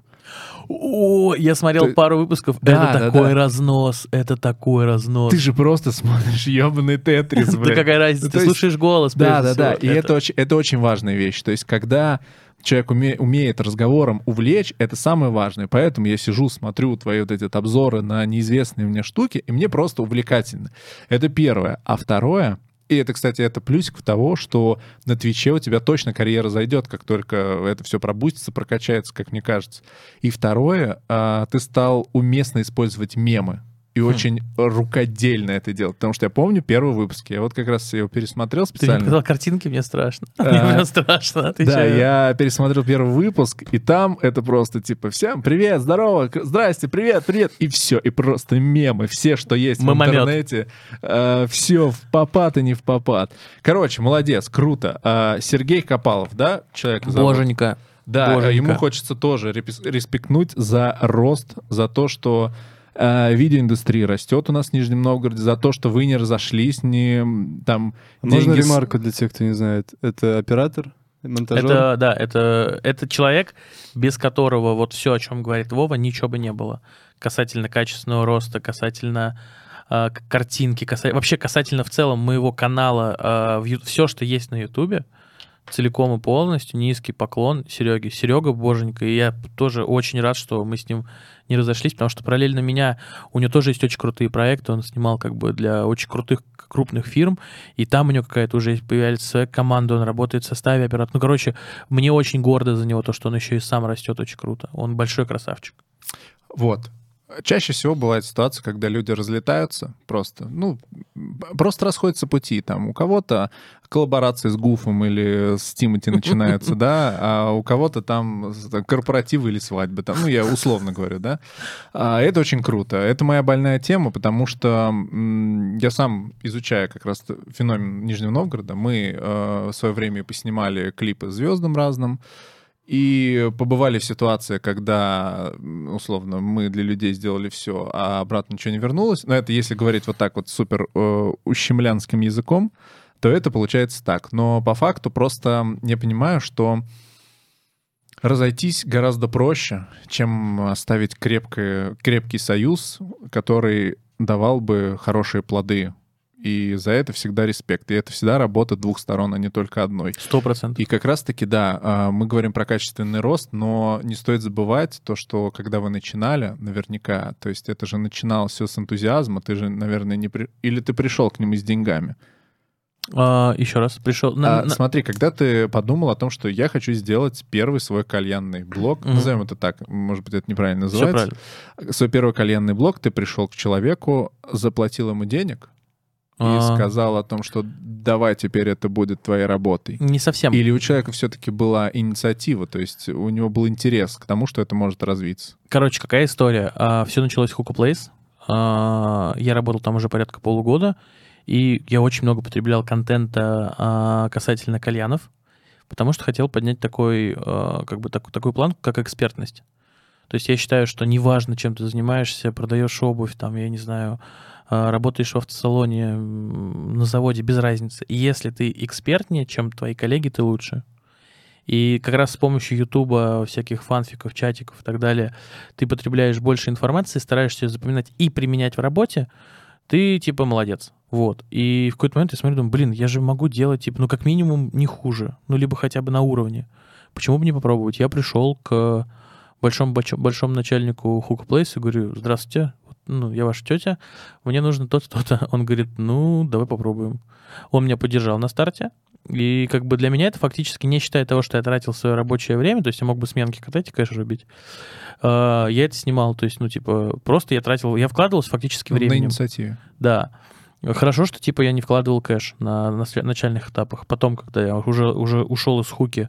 Speaker 3: О, я смотрел пару выпусков.
Speaker 2: Да,
Speaker 3: это такой разнос. Это такой разнос.
Speaker 2: Ты же просто смотришь ебаный Тетрис, блядь.
Speaker 3: Да какая разница? Ты слушаешь голос.
Speaker 2: Да. И это очень важная вещь. То есть когда человек умеет разговором увлечь, это самое важное. Поэтому я сижу, смотрю твои вот эти обзоры на неизвестные мне штуки, и мне просто увлекательно. Это первое. А второе, и это, кстати, это плюсик того, что на Твиче у тебя точно карьера зайдет, как только это все пробустится, прокачается, как мне кажется. И второе, ты стал уместно использовать мемы. И очень рукодельно это делать. Потому что я помню первый выпуск. Я вот как раз его пересмотрел специально.
Speaker 3: Ты мне показал картинки, мне страшно. Мне прям страшно, отвечаю.
Speaker 2: Да, я пересмотрел первый выпуск, и там это просто типа: всем привет, здорово, здрасте, привет. И все. И просто мемы, все, что есть в интернете. Все в попад и не в попад. Короче, молодец, круто. Сергей Копалов, да, человек зовут?
Speaker 3: Боженька.
Speaker 2: Да, ему хочется тоже респектнуть за рост, за то, что видеоиндустрия растет у нас в Нижнем Новгороде, за то, что вы не разошлись,
Speaker 4: Можно ремарку для тех, кто не знает? Это оператор, монтажер?
Speaker 3: Это человек, без которого вот все, о чем говорит Вова, ничего бы не было. Касательно качественного роста, касательно картинки, вообще касательно в целом моего канала, все, что есть на Ютубе, целиком и полностью низкий поклон Сереге. Серега Боженька, и я тоже очень рад, что мы с ним не разошлись, потому что параллельно у него тоже есть очень крутые проекты, он снимал как бы для очень крутых, крупных фирм, и там у него какая-то уже появляется своя команда, он работает в составе оператора. Ну, короче, мне очень гордо за него то, что он еще и сам растет очень круто. Он большой красавчик.
Speaker 2: Вот. Чаще всего бывает ситуация, когда люди разлетаются просто расходятся пути. Там у кого-то коллаборации с Гуфом или с Тимати начинаются, да, а у кого-то там корпоративы или свадьбы. Там, я условно говорю, да. Это очень круто. Это моя больная тема, потому что я сам изучаю как раз феномен Нижнего Новгорода. Мы в свое время поснимали клипы звездам разным. И побывали в ситуации, когда, условно, мы для людей сделали все, а обратно ничего не вернулось. Но это если говорить вот так вот супер ущемлянским языком, то это получается так. Но по факту просто я понимаю, что разойтись гораздо проще, чем оставить крепкий союз, который давал бы хорошие плоды. И за это всегда респект. И это всегда работа двух сторон, а не только одной.
Speaker 3: 100%.
Speaker 2: И как раз-таки, да, мы говорим про качественный рост, но не стоит забывать то, что когда вы начинали, наверняка, то есть это же начиналось все с энтузиазма, ты же, наверное, или ты пришел к нему с деньгами?
Speaker 3: Еще раз, пришел...
Speaker 2: Смотри, когда ты подумал о том, что я хочу сделать первый свой кальянный блог, назовем это так, может быть, это неправильно называется.
Speaker 3: Все правильно.
Speaker 2: Свой первый кальянный блог, ты пришел к человеку, заплатил ему денег, и сказал о том, что давай теперь это будет твоей работой?
Speaker 3: Не совсем.
Speaker 2: Или у человека все-таки была инициатива, то есть у него был интерес к тому, что это может развиться?
Speaker 3: Короче, какая история? Все началось в Hookah Place. Я работал там уже порядка полугода, и я очень много потреблял контента касательно кальянов, потому что хотел поднять такую планку, как экспертность. То есть я считаю, что неважно, чем ты занимаешься, продаешь обувь, там, я не знаю, работаешь в автосалоне, на заводе, без разницы. И если ты экспертнее, чем твои коллеги, ты лучше. И как раз с помощью Ютуба, всяких фанфиков, чатиков и так далее, ты потребляешь больше информации, стараешься ее запоминать и применять в работе, ты, типа, молодец. Вот. И в какой-то момент я смотрю, думаю, я же могу делать, типа, ну, как минимум, не хуже. Ну, либо хотя бы на уровне. Почему бы не попробовать? Я пришел к большому начальнику Hookah Place и говорю, здравствуйте, я ваша тетя, мне нужно то-то, то-то. Он говорит, давай попробуем. Он меня поддержал на старте, и как бы для меня это фактически, не считая того, что я тратил свое рабочее время, то есть я мог бы сменки катать и кэш рубить, я это снимал, то есть, просто я вкладывался фактически временем.
Speaker 2: На инициативе.
Speaker 3: Да. Хорошо, что, я не вкладывал кэш на начальных этапах. Потом, когда я уже ушел из хуки,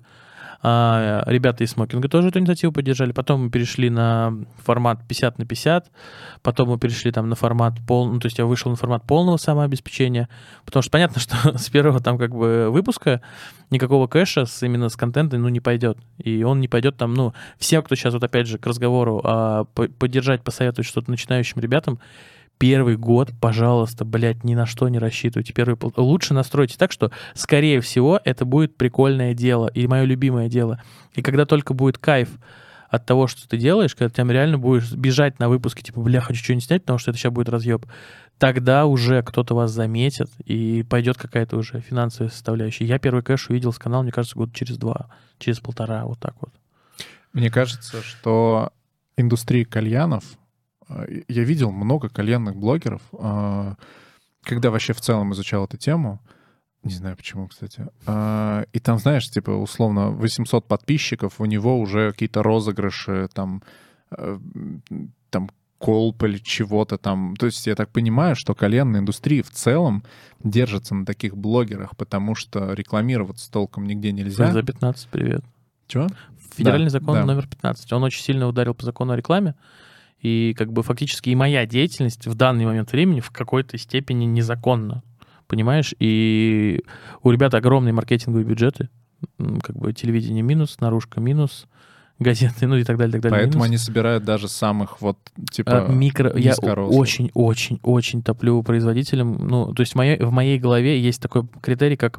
Speaker 3: ребята из смокинга тоже эту инициативу поддержали. Потом мы перешли на формат 50 на 50. Потом мы перешли на формат то есть я вышел на формат полного самообеспечения. Потому что понятно, что с первого выпуска никакого кэша именно с контентом не пойдет. И он не пойдет всем, кто сейчас опять же к разговору поддержать, посоветовать что-то начинающим ребятам, первый год, пожалуйста, ни на что не рассчитывайте. Лучше настройте так, что, скорее всего, это будет прикольное дело и мое любимое дело. И когда только будет кайф от того, что ты делаешь, когда ты там реально будешь бежать на выпуске, хочу что-нибудь снять, потому что это сейчас будет разъеб, тогда уже кто-то вас заметит, и пойдет какая-то уже финансовая составляющая. Я первый кэш увидел с канала, мне кажется, год через 2, через 1,5, вот так вот.
Speaker 2: Мне кажется, что индустрия кальянов, я видел много кальянных блогеров, когда вообще в целом изучал эту тему. Не знаю почему, кстати. И там, знаешь, условно, 800 подписчиков, у него уже какие-то розыгрыши, там колб или чего-то там. То есть я так понимаю, что кальянная индустрия в целом держится на таких блогерах, потому что рекламироваться толком нигде нельзя.
Speaker 3: За 15, привет.
Speaker 2: Чего?
Speaker 3: Федеральный закон номер 15. Он очень сильно ударил по закону о рекламе. И фактически и моя деятельность в данный момент времени в какой-то степени незаконна. Понимаешь? И у ребят огромные маркетинговые бюджеты. Телевидение минус, наружка минус, газеты, и так далее, так далее.
Speaker 2: Поэтому
Speaker 3: минус.
Speaker 2: они собирают даже самых
Speaker 3: Я очень топлю производителям. То есть в моей голове есть такой критерий, как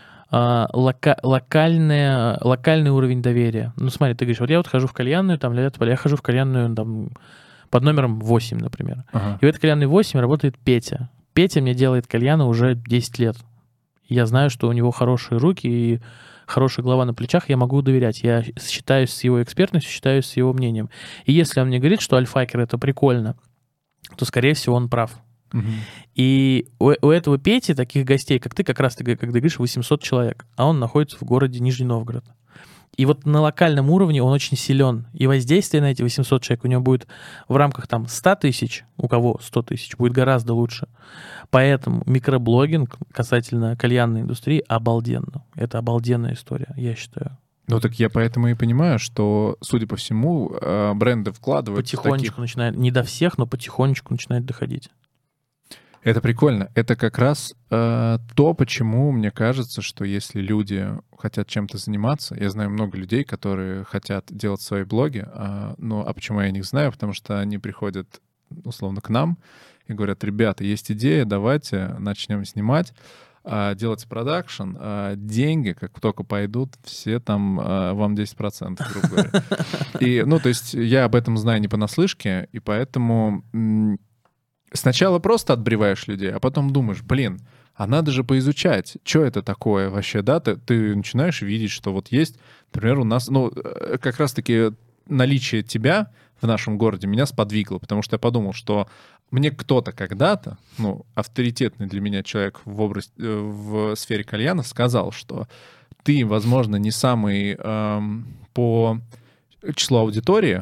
Speaker 3: локальный уровень доверия. Смотри, ты говоришь, я хожу в кальянную, я хожу в кальянную, под номером 8, например.
Speaker 2: Ага.
Speaker 3: И в этой кальянной 8 работает Петя. Петя мне делает кальяны уже 10 лет. Я знаю, что у него хорошие руки и хорошая голова на плечах, я могу доверять. Я считаюсь с его экспертностью, считаюсь с его мнением. И если он мне говорит, что альфакер — это прикольно, то, скорее всего, он прав.
Speaker 2: Угу.
Speaker 3: И у этого Пети, таких гостей, как ты, как раз, ты говоришь, 800 человек, а он находится в городе Нижний Новгород. И на локальном уровне он очень силен. И воздействие на эти 800 человек у него будет в рамках 100 тысяч, у кого 100 тысяч, будет гораздо лучше. Поэтому микроблогинг касательно кальянной индустрии обалденно. Это обалденная история, я считаю.
Speaker 2: Так я поэтому и понимаю, что, судя по всему, бренды вкладывают
Speaker 3: потихонечку начинает, не до всех, но потихонечку начинает доходить.
Speaker 2: Это прикольно. Это как раз то, почему мне кажется, что если люди хотят чем-то заниматься, я знаю много людей, которые хотят делать свои блоги, а почему я о них знаю? Потому что они приходят, условно, к нам и говорят, ребята, есть идея, давайте начнем снимать, делать продакшн, деньги, как только пойдут, все там вам 10%, грубо говоря. И, то есть я об этом знаю не понаслышке, и поэтому... Сначала просто отбреваешь людей, а потом думаешь, а надо же поизучать, что это такое вообще, да? Ты начинаешь видеть, что есть, например, у нас, как раз-таки альфакер тебя в нашем городе меня сподвигло, потому что я подумал, что мне кто-то когда-то, авторитетный для меня человек в сфере кальяна сказал, что ты, возможно, не самый по числу аудитории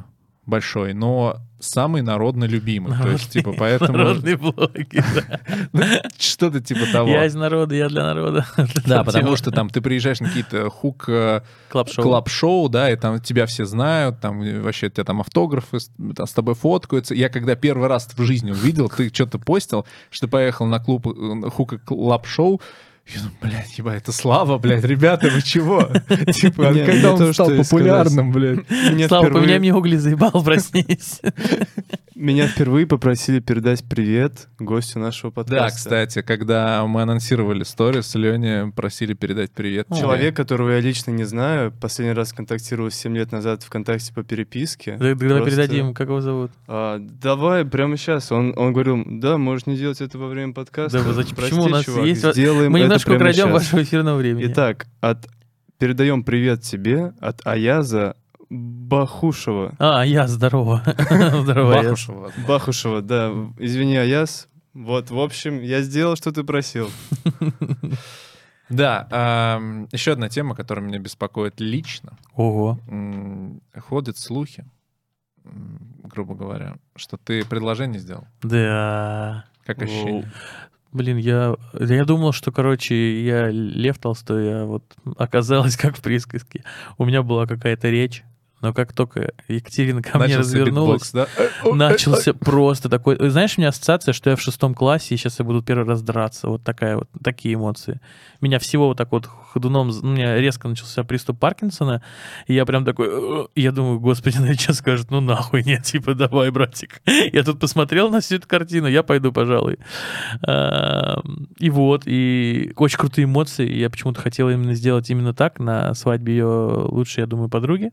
Speaker 2: большой, но самый народно любимый. То есть, типа, поэтому...
Speaker 3: Народный блогер.
Speaker 2: Что-то типа того.
Speaker 3: Я из народа, я для народа.
Speaker 2: Да, потому что там ты приезжаешь на какие-то клаб-шоу, да, и там тебя все знают, там вообще у тебя там автографы, там с тобой фоткаются. Я когда первый раз в жизни увидел, ты что-то постил, что ты поехал на клаб-шоу, я думаю, блядь, ебать, это Слава, блядь, ребята, вы чего? Типа, когда он стал популярным, блядь.
Speaker 3: Слава, поменяй мне угли, заебал, проснись.
Speaker 4: Меня впервые попросили передать привет гостю нашего подкаста.
Speaker 2: Да, кстати, когда мы анонсировали сторис, Лене просили передать привет.
Speaker 4: Человек, которого я лично не знаю, последний раз контактировал 7 лет назад ВКонтакте по переписке.
Speaker 3: Давай передадим, как его зовут?
Speaker 4: Давай, прямо сейчас. Он говорил, да, можешь не делать это во время подкаста.
Speaker 3: Да, зачем? Почему у нас
Speaker 4: чувак,
Speaker 3: есть...
Speaker 4: сделаем
Speaker 3: Мы
Speaker 4: это
Speaker 3: немножко
Speaker 4: прямо
Speaker 3: украдем
Speaker 4: сейчас.
Speaker 3: вашего эфирного времени.
Speaker 4: Итак, передаем привет тебе от Аяза Бахушева.
Speaker 3: Я здорово. Здорово, Аяз.
Speaker 4: Бахушева, да. Извини, Аяз. Вот, в общем, я сделал, что ты просил.
Speaker 2: Да, еще одна тема, которая меня беспокоит лично.
Speaker 3: Ого.
Speaker 2: Ходят слухи, грубо говоря, что ты предложение сделал.
Speaker 3: Да.
Speaker 2: Как ощущение?
Speaker 3: Блин, я думал, что, короче, я Лев Толстой, а вот оказалось, как в присказке. У меня была какая-то речь, но как только Екатерина ко мне развернулась,
Speaker 2: битбокс, да?
Speaker 3: начался просто такой... Знаешь, у меня ассоциация, что я в 6 классе, и сейчас я буду первый раз драться. Вот такие эмоции. Меня всего вот так вот ходуном... У меня резко начался приступ Паркинсона, и я прям такой... Я думаю, господи, ну сейчас скажут, ну нахуй, нет, типа, давай, братик. Я тут посмотрел на всю эту картину, я пойду, пожалуй. И вот, и очень крутые эмоции. Я почему-то хотел именно сделать именно так, на свадьбе ее лучшей, я думаю, подруги.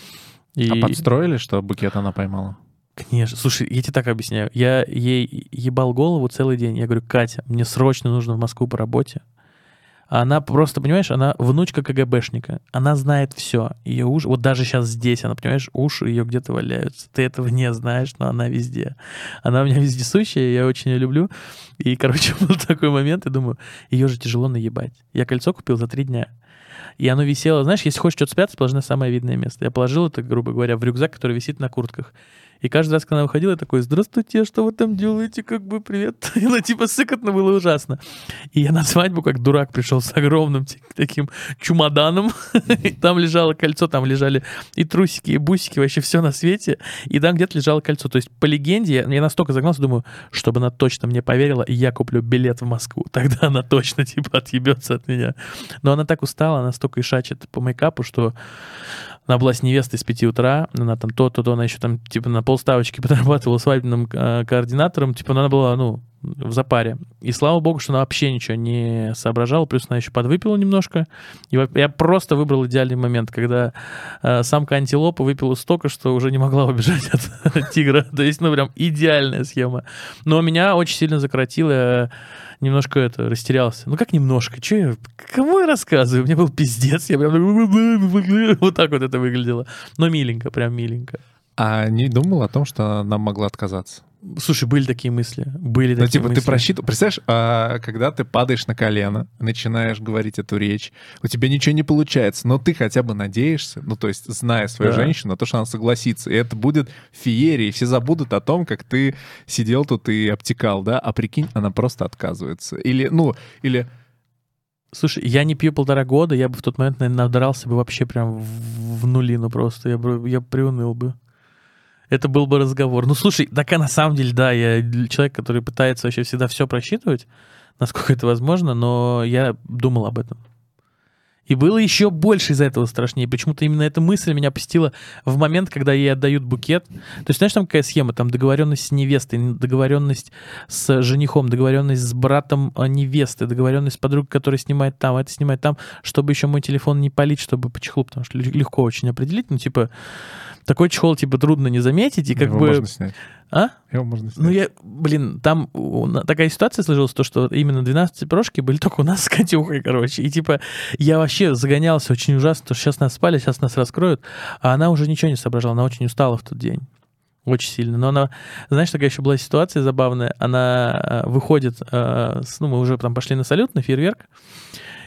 Speaker 2: А подстроили, что букет она поймала?
Speaker 3: Конечно. Слушай, я тебе так объясняю. Я ей ебал голову целый день. Я говорю, Катя, мне срочно нужно в Москву по работе. А она просто, понимаешь, она внучка КГБшника. Она знает все. Ее уши, вот даже сейчас здесь, она, понимаешь, уши ее где-то валяются. Ты этого не знаешь, но она везде. Она у меня вездесущая, я очень ее люблю. И, короче, был такой момент, я думаю, ее же тяжело наебать. Я кольцо купил за 3 дня. И оно висело, знаешь, если хочешь что-то спрятать, положи на самое видное место. Я положил это, грубо говоря, в рюкзак, который висит на куртках. И каждый раз, когда она выходила, я такой, здравствуйте, что вы там делаете, как бы, привет. И ну, типа, сыкотно было ужасно. И я на свадьбу, как дурак, пришел с огромным таким чемоданом. И там лежало кольцо, там лежали и трусики, и бусики, вообще все на свете. И там где-то лежало кольцо. То есть, по легенде, я настолько загнался, думаю, чтобы она точно мне поверила, я куплю билет в Москву. Тогда она точно, типа, отъебется от меня. Но она так устала, она столько ишачит по мейкапу, что... Она была с невестой с 5 утра, она там то-то, она еще там типа на полставочки подрабатывала свадебным координатором, типа она была, в запаре. И слава богу, что она вообще ничего не соображала, плюс она еще подвыпила немножко. И я просто выбрал идеальный момент, когда самка антилопа выпила столько, что уже не могла убежать от тигра. То есть, прям идеальная схема. Но меня очень сильно закоротило, немножко растерялся. Как немножко? Че я? Кому я рассказываю? Мне был пиздец. Я прям... Вот так вот это выглядело. Но миленько, прям миленько.
Speaker 2: А не думал о том, что она могла отказаться?
Speaker 3: Слушай, были такие мысли. Были такие мысли.
Speaker 2: Ты просчитывал... Представляешь, когда ты падаешь на колено, начинаешь говорить эту речь, у тебя ничего не получается, но ты хотя бы надеешься, то есть, зная свою женщину, на то, что она согласится. И это будет феерия, и все забудут о том, как ты сидел тут и обтекал, да? А прикинь, она просто отказывается. Или...
Speaker 3: Слушай, я не пью 1,5 года, я бы в тот момент, наверное, надрался бы вообще прям в нулину просто. Я приуныл бы. Это был бы разговор. Слушай, так на самом деле, да, я человек, который пытается вообще всегда все просчитывать, насколько это возможно, но я думал об этом. И было еще больше из-за этого страшнее. Почему-то именно эта мысль меня посетила в момент, когда ей отдают букет. То есть, знаешь, там какая схема? Там договоренность с невестой, договоренность с женихом, договоренность с братом невесты, договоренность с подругой, которая снимает там, это снимает там, чтобы еще мой телефон не палить, чтобы по чехлу, потому что легко очень определить. Такой чехол, трудно не заметить, и как
Speaker 2: его
Speaker 3: бы...
Speaker 2: можно снять.
Speaker 3: А?
Speaker 2: Его можно снять.
Speaker 3: Там такая ситуация сложилась, что именно 12 прошки были только у нас с Катюхой, короче. И я вообще загонялся очень ужасно, потому что сейчас нас спали, сейчас нас раскроют, а она уже ничего не соображала, она очень устала в тот день. Очень сильно. Но она, знаешь, такая еще была ситуация забавная. Она выходит, мы уже там пошли на салют, на фейерверк,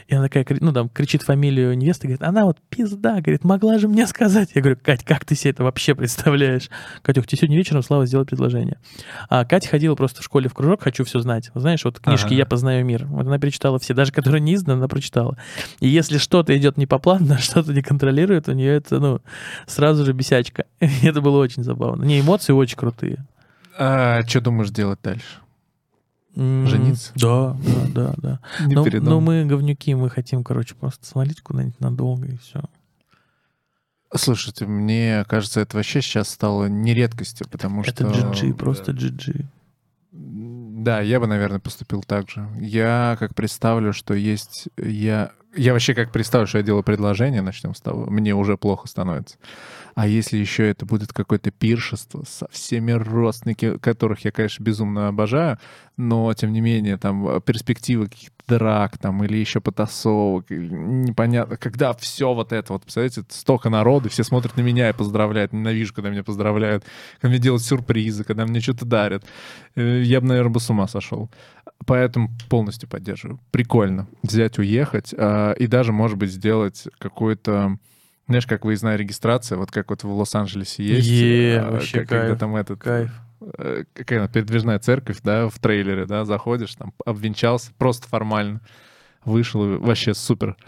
Speaker 3: И она такая, ну, там, кричит фамилию невесты, говорит, она вот пизда, говорит, могла же мне сказать. Я говорю, Кать, как ты себе это вообще представляешь? Катюх, тебе сегодня вечером Слава сделает предложение. А Катя ходила просто в школе в кружок «Хочу все знать». Знаешь, вот книжки «Я познаю мир». Вот она перечитала все, даже которые не изданы, она прочитала. И если что-то идет не по плану, что-то не контролирует, у нее это, ну, сразу же бесячка. И это было очень забавно. Не, эмоции очень крутые.
Speaker 2: А что думаешь делать дальше? Жениться?
Speaker 3: Да. Ну, мы говнюки, мы хотим, короче, просто свалить куда-нибудь надолго и все.
Speaker 2: Слушайте, мне кажется, это вообще сейчас стало не редкостью, потому что...
Speaker 3: Это GG, просто GG.
Speaker 2: Да, я бы, наверное, поступил так же. Я как представлю, что есть... Я вообще как представлю, что я делаю предложение, начнем с того, мне уже плохо становится. А если еще это будет какое-то пиршество со всеми родственниками, которых я, конечно, безумно обожаю, но, тем не менее, там, перспективы каких-то драк, там, или еще потасовок, непонятно, когда все вот это, вот, представляете, столько народу, все смотрят на меня и поздравляют, ненавижу, когда меня поздравляют, когда мне делают сюрпризы, когда мне что-то дарят. Я бы, наверное, с ума сошел. Поэтому полностью поддерживаю. Прикольно взять, уехать, и даже, может быть, сделать какой-то... Знаешь, как выездная регистрация, вот как вот в Лос-Анджелесе есть.
Speaker 3: Вообще
Speaker 2: когда
Speaker 3: кайф.
Speaker 2: там этот...
Speaker 3: Кайф.
Speaker 2: Какая передвижная церковь, да, в трейлере, да, заходишь, там, обвенчался, просто формально. Вышел, и вообще супер.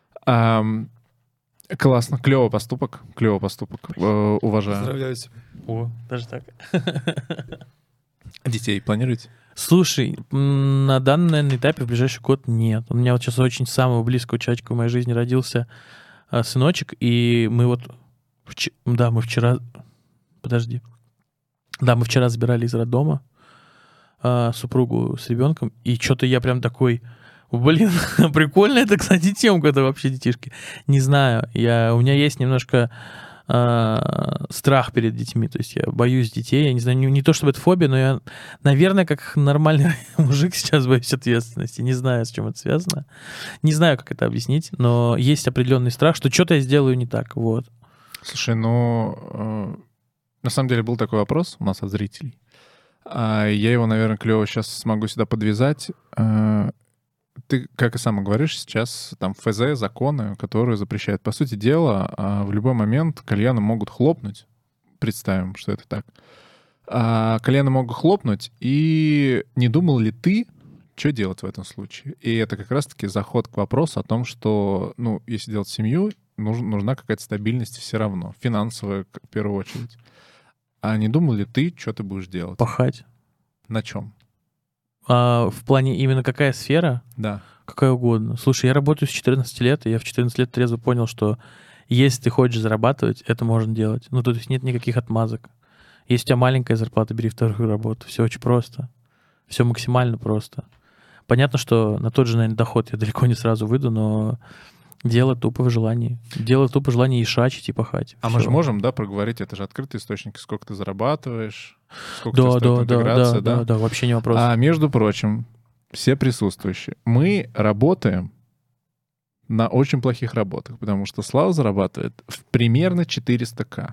Speaker 2: Классно, клевый поступок, уважаю.
Speaker 4: Поздравляю тебя.
Speaker 3: О, даже так.
Speaker 2: Детей планируете?
Speaker 3: Слушай, на данном, наверное, этапе в ближайший год нет. У меня вот сейчас очень самого близкого человека в моей жизни родился сыночек, и мы вот... мы вчера забирали из роддома супругу с ребенком, и что-то я прям такой... Блин, прикольно это, кстати, темка, это вообще детишки. Не знаю, у меня есть немножко страх перед детьми, то есть я боюсь детей, я не знаю, не то чтобы это фобия, но я, наверное, как нормальный мужик сейчас боюсь ответственности, не знаю, с чем это связано, не знаю, как это объяснить, но есть определенный страх, что что-то я сделаю не так, вот.
Speaker 2: Слушай, на самом деле был такой вопрос у нас от зрителей, я его, наверное, клево сейчас смогу сюда подвязать. Ты, как и сам говоришь, сейчас там ФЗ, законы, которые запрещают. По сути дела, в любой момент кальяны могут хлопнуть. Представим, что это так. Кальяны могут хлопнуть, и не думал ли ты, что делать в этом случае? И это как раз-таки заход к вопросу о том, что, ну, если делать семью, нужна какая-то стабильность все равно, финансовая в первую очередь. А не думал ли ты, что ты будешь делать?
Speaker 3: Пахать.
Speaker 2: На чем?
Speaker 3: В плане именно какая сфера?
Speaker 2: Да.
Speaker 3: Какая угодно. Слушай, я работаю с 14 лет, и я в 14 лет трезво понял, что если ты хочешь зарабатывать, это можно делать. Ну, то есть нет никаких отмазок. Если у тебя маленькая зарплата, бери вторую работу. Все очень просто. Все максимально просто. Понятно, что на тот же, наверное, доход я далеко не сразу выйду, но дело тупо в желании. Дело тупо в желании и шачить, и пахать.
Speaker 2: А
Speaker 3: Всё.
Speaker 2: мы же можем, да, проговорить, это же открытый источник, сколько ты зарабатываешь, сколько тебе стоит интеграция,
Speaker 3: да, вообще не вопрос.
Speaker 2: А между прочим, все присутствующие, мы работаем на очень плохих работах, потому что Слава зарабатывает примерно 400К.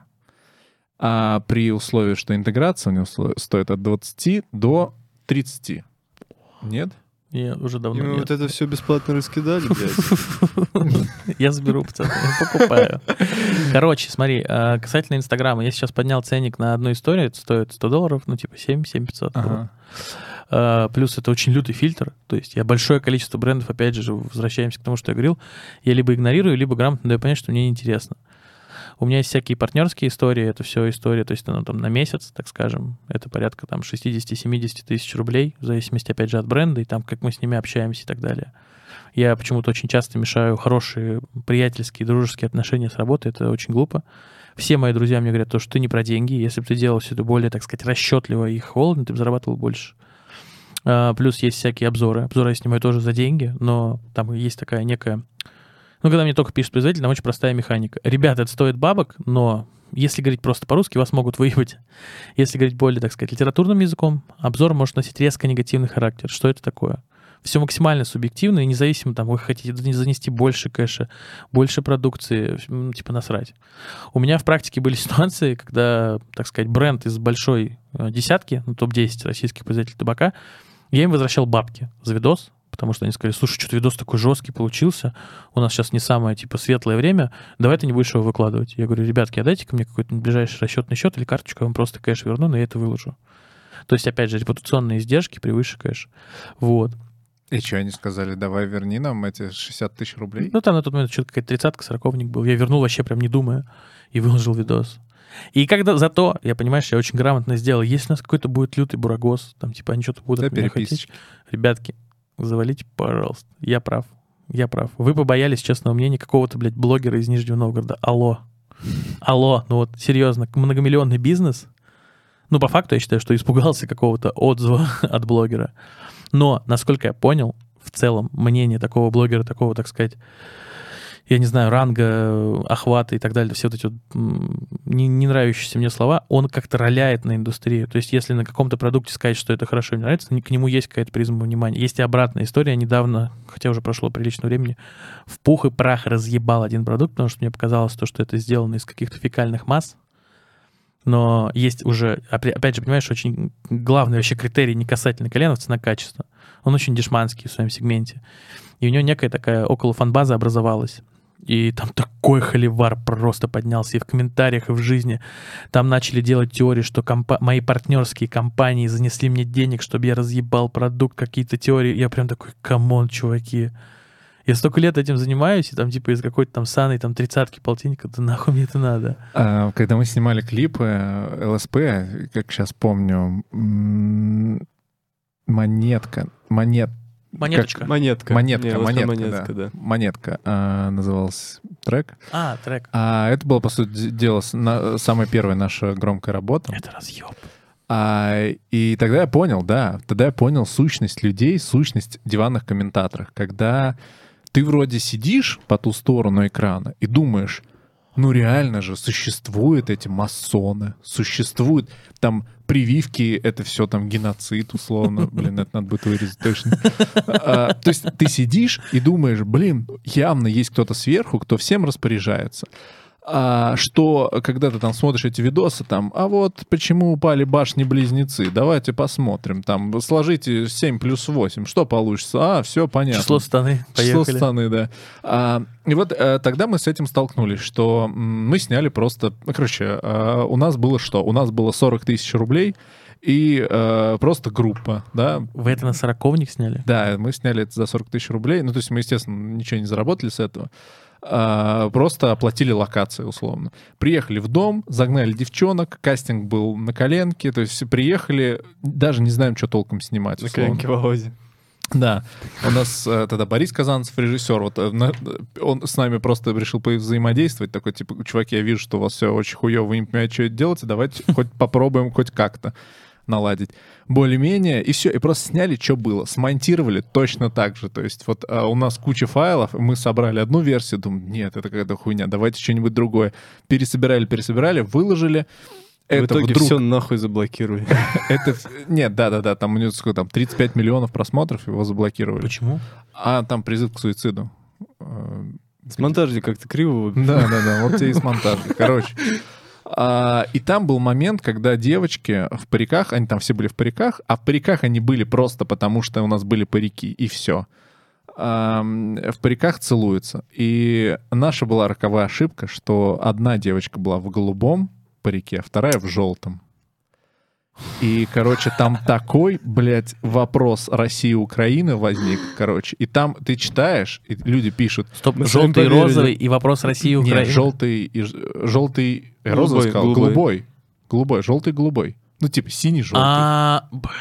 Speaker 2: А при условии, что интеграция у него стоит от 20 до 30. Нет?
Speaker 3: Я уже давно
Speaker 4: И мы
Speaker 3: нет.
Speaker 4: вот это все бесплатно раскидали, блядь.
Speaker 3: Я заберу, пацаны, покупаю. Короче, смотри, касательно Инстаграма, я сейчас поднял ценник на одну историю, это стоит $100, ну типа 7-500.
Speaker 2: Ага.
Speaker 3: Плюс это очень лютый фильтр, то есть я большое количество брендов, опять же, возвращаемся к тому, что я говорил, я либо игнорирую, либо грамотно даю понять, что мне неинтересно. У меня есть всякие партнерские истории, это все история, то есть оно там на месяц, так скажем, это порядка там 60-70 тысяч рублей, в зависимости, опять же, от бренда и там, как мы с ними общаемся и так далее. Я почему-то очень часто мешаю хорошие приятельские, дружеские отношения с работой, это очень глупо. Все мои друзья мне говорят, что ты не про деньги, если бы ты делал все это более, так сказать, расчетливо и холодно, ты бы зарабатывал больше. Плюс есть всякие обзоры. Обзоры я снимаю тоже за деньги, но там есть такая некая... Ну, когда мне только пишет производитель, там очень простая механика. Ребята, это стоит бабок, но если говорить просто по-русски, вас могут выебать. Если говорить более, так сказать, литературным языком, обзор может носить резко негативный характер. Что это такое? Все максимально субъективно и независимо, там, вы хотите занести больше кэша, больше продукции, типа насрать. У меня в практике были ситуации, когда, так сказать, бренд из большой десятки, ну, топ-10 российских производителей табака, я им возвращал бабки за видос, потому что они сказали, слушай, что-то видос такой жесткий получился, у нас сейчас не самое, типа, светлое время, давай ты не будешь его выкладывать. Я говорю, ребятки, а дайте-ка мне какой-то ближайший расчетный счет или карточку, я вам просто кэш верну, но я это выложу. То есть, опять же, репутационные издержки превыше кэш. Вот.
Speaker 2: И что они сказали? Давай верни нам эти 60 тысяч рублей.
Speaker 3: Ну, там на тот момент что-то какая-то 30-ка, 40-ник был. Я вернул вообще прям не думая и выложил видос. И когда зато, я, понимаешь, я очень грамотно сделал, если у нас какой-то будет лютый бурагос, там, типа, они что-то будут
Speaker 2: Да,
Speaker 3: от меня хотеть,
Speaker 2: переписочки.
Speaker 3: ребятки, завалите, пожалуйста. Я прав. Вы побоялись честного мнения какого-то, блядь, блогера из Нижнего Новгорода. Алло, ну вот, серьезно, многомиллионный бизнес. Ну, по факту, я считаю, что испугался какого-то отзыва от блогера. Но, насколько я понял, в целом, мнение такого блогера, такого, так сказать, я не знаю, ранга, охвата и так далее, все вот эти вот не нравящиеся мне слова, он как-то роляет на индустрию. То есть если на каком-то продукте сказать, что это хорошо и нравится, к нему есть какая-то призма внимания. Есть и обратная история. Недавно, хотя уже прошло приличное времени, в пух и прах разъебал один продукт, потому что мне показалось то, что это сделано из каких-то фекальных масс. Но есть уже, опять же, понимаешь, очень главный вообще критерий не касательно коленов, цена качества. Он очень дешманский в своем сегменте. И у него некая такая около фан-база образовалась. И там такой холивар просто поднялся и в комментариях, и в жизни. Там начали делать теории, что мои партнерские компании занесли мне денег, чтобы я разъебал продукт, какие-то теории. Я прям такой, камон, чуваки. Я столько лет этим занимаюсь, и там типа из какой-то там саной, там 30-ки, полтинника, да нахуй мне это надо?
Speaker 2: Когда мы снимали клипы, ЛСП, как сейчас помню, монеточка.
Speaker 4: Монетка, да.
Speaker 2: Монетка назывался трек.
Speaker 3: Трек.
Speaker 2: Это было, по сути дела, самая первая наша громкая работа.
Speaker 3: Это разъеб.
Speaker 2: И тогда я понял, сущность людей, сущность диванных комментаторов. Когда ты вроде сидишь по ту сторону экрана и думаешь, ну реально же существуют эти масоны, существуют там прививки, это все там геноцид условно. Блин, это надо будет вырезать точно. То есть ты сидишь и думаешь, блин, явно есть кто-то сверху, кто всем распоряжается. Что, когда ты там смотришь эти видосы, там, а вот почему упали башни-близнецы, давайте посмотрим, там, сложите 7 плюс 8, что получится? Все понятно.
Speaker 3: Число станы, поехали.
Speaker 2: Число станы, да. И вот тогда мы с этим столкнулись, что мы сняли просто, у нас было что? У нас было 40 тысяч рублей, и просто группа, да.
Speaker 3: Вы это на 40-ник сняли?
Speaker 2: Да, мы сняли это за 40 тысяч рублей, ну, то есть мы, естественно, ничего не заработали с этого. Просто оплатили локации, условно. Приехали в дом, загнали девчонок, кастинг был на коленке, то есть все приехали, даже не знаем, что толком снимать.
Speaker 4: На коленке Володи.
Speaker 2: Да, у нас тогда Борис Казанцев, режиссер, вот, он с нами просто решил взаимодействовать, такой, типа, чуваки, я вижу, что у вас все очень хуёво, вы не понимаете, что это делать, давайте хоть попробуем хоть как-то наладить. Более-менее, и все, и просто сняли, что было. Смонтировали точно так же. То есть вот у нас куча файлов, мы собрали одну версию, думаю, нет, это какая-то хуйня, давайте что-нибудь другое. Пересобирали, выложили.
Speaker 4: В итоге все нахуй заблокировали.
Speaker 2: Нет, да, там у него сколько там, 35 миллионов просмотров, его заблокировали.
Speaker 3: Почему?
Speaker 2: Там призыв к суициду.
Speaker 4: С монтажей как-то криво.
Speaker 2: Да, вот тебе и с монтажей. Короче. И там был момент, когда девочки в париках, они там все были в париках, а в париках они были просто потому, что у нас были парики, и все. В париках целуются. И наша была роковая ошибка, что одна девочка была в голубом парике, а вторая в желтом. И, короче, там такой, блядь, вопрос России-Украины возник, короче. И там ты читаешь, и люди пишут...
Speaker 3: Стоп, желтый и розовый, и вопрос России-Украины.
Speaker 2: Нет, желтый... Я розовый сказал, голубой. Желтый, голубой. Ну, типа, синий-желтый.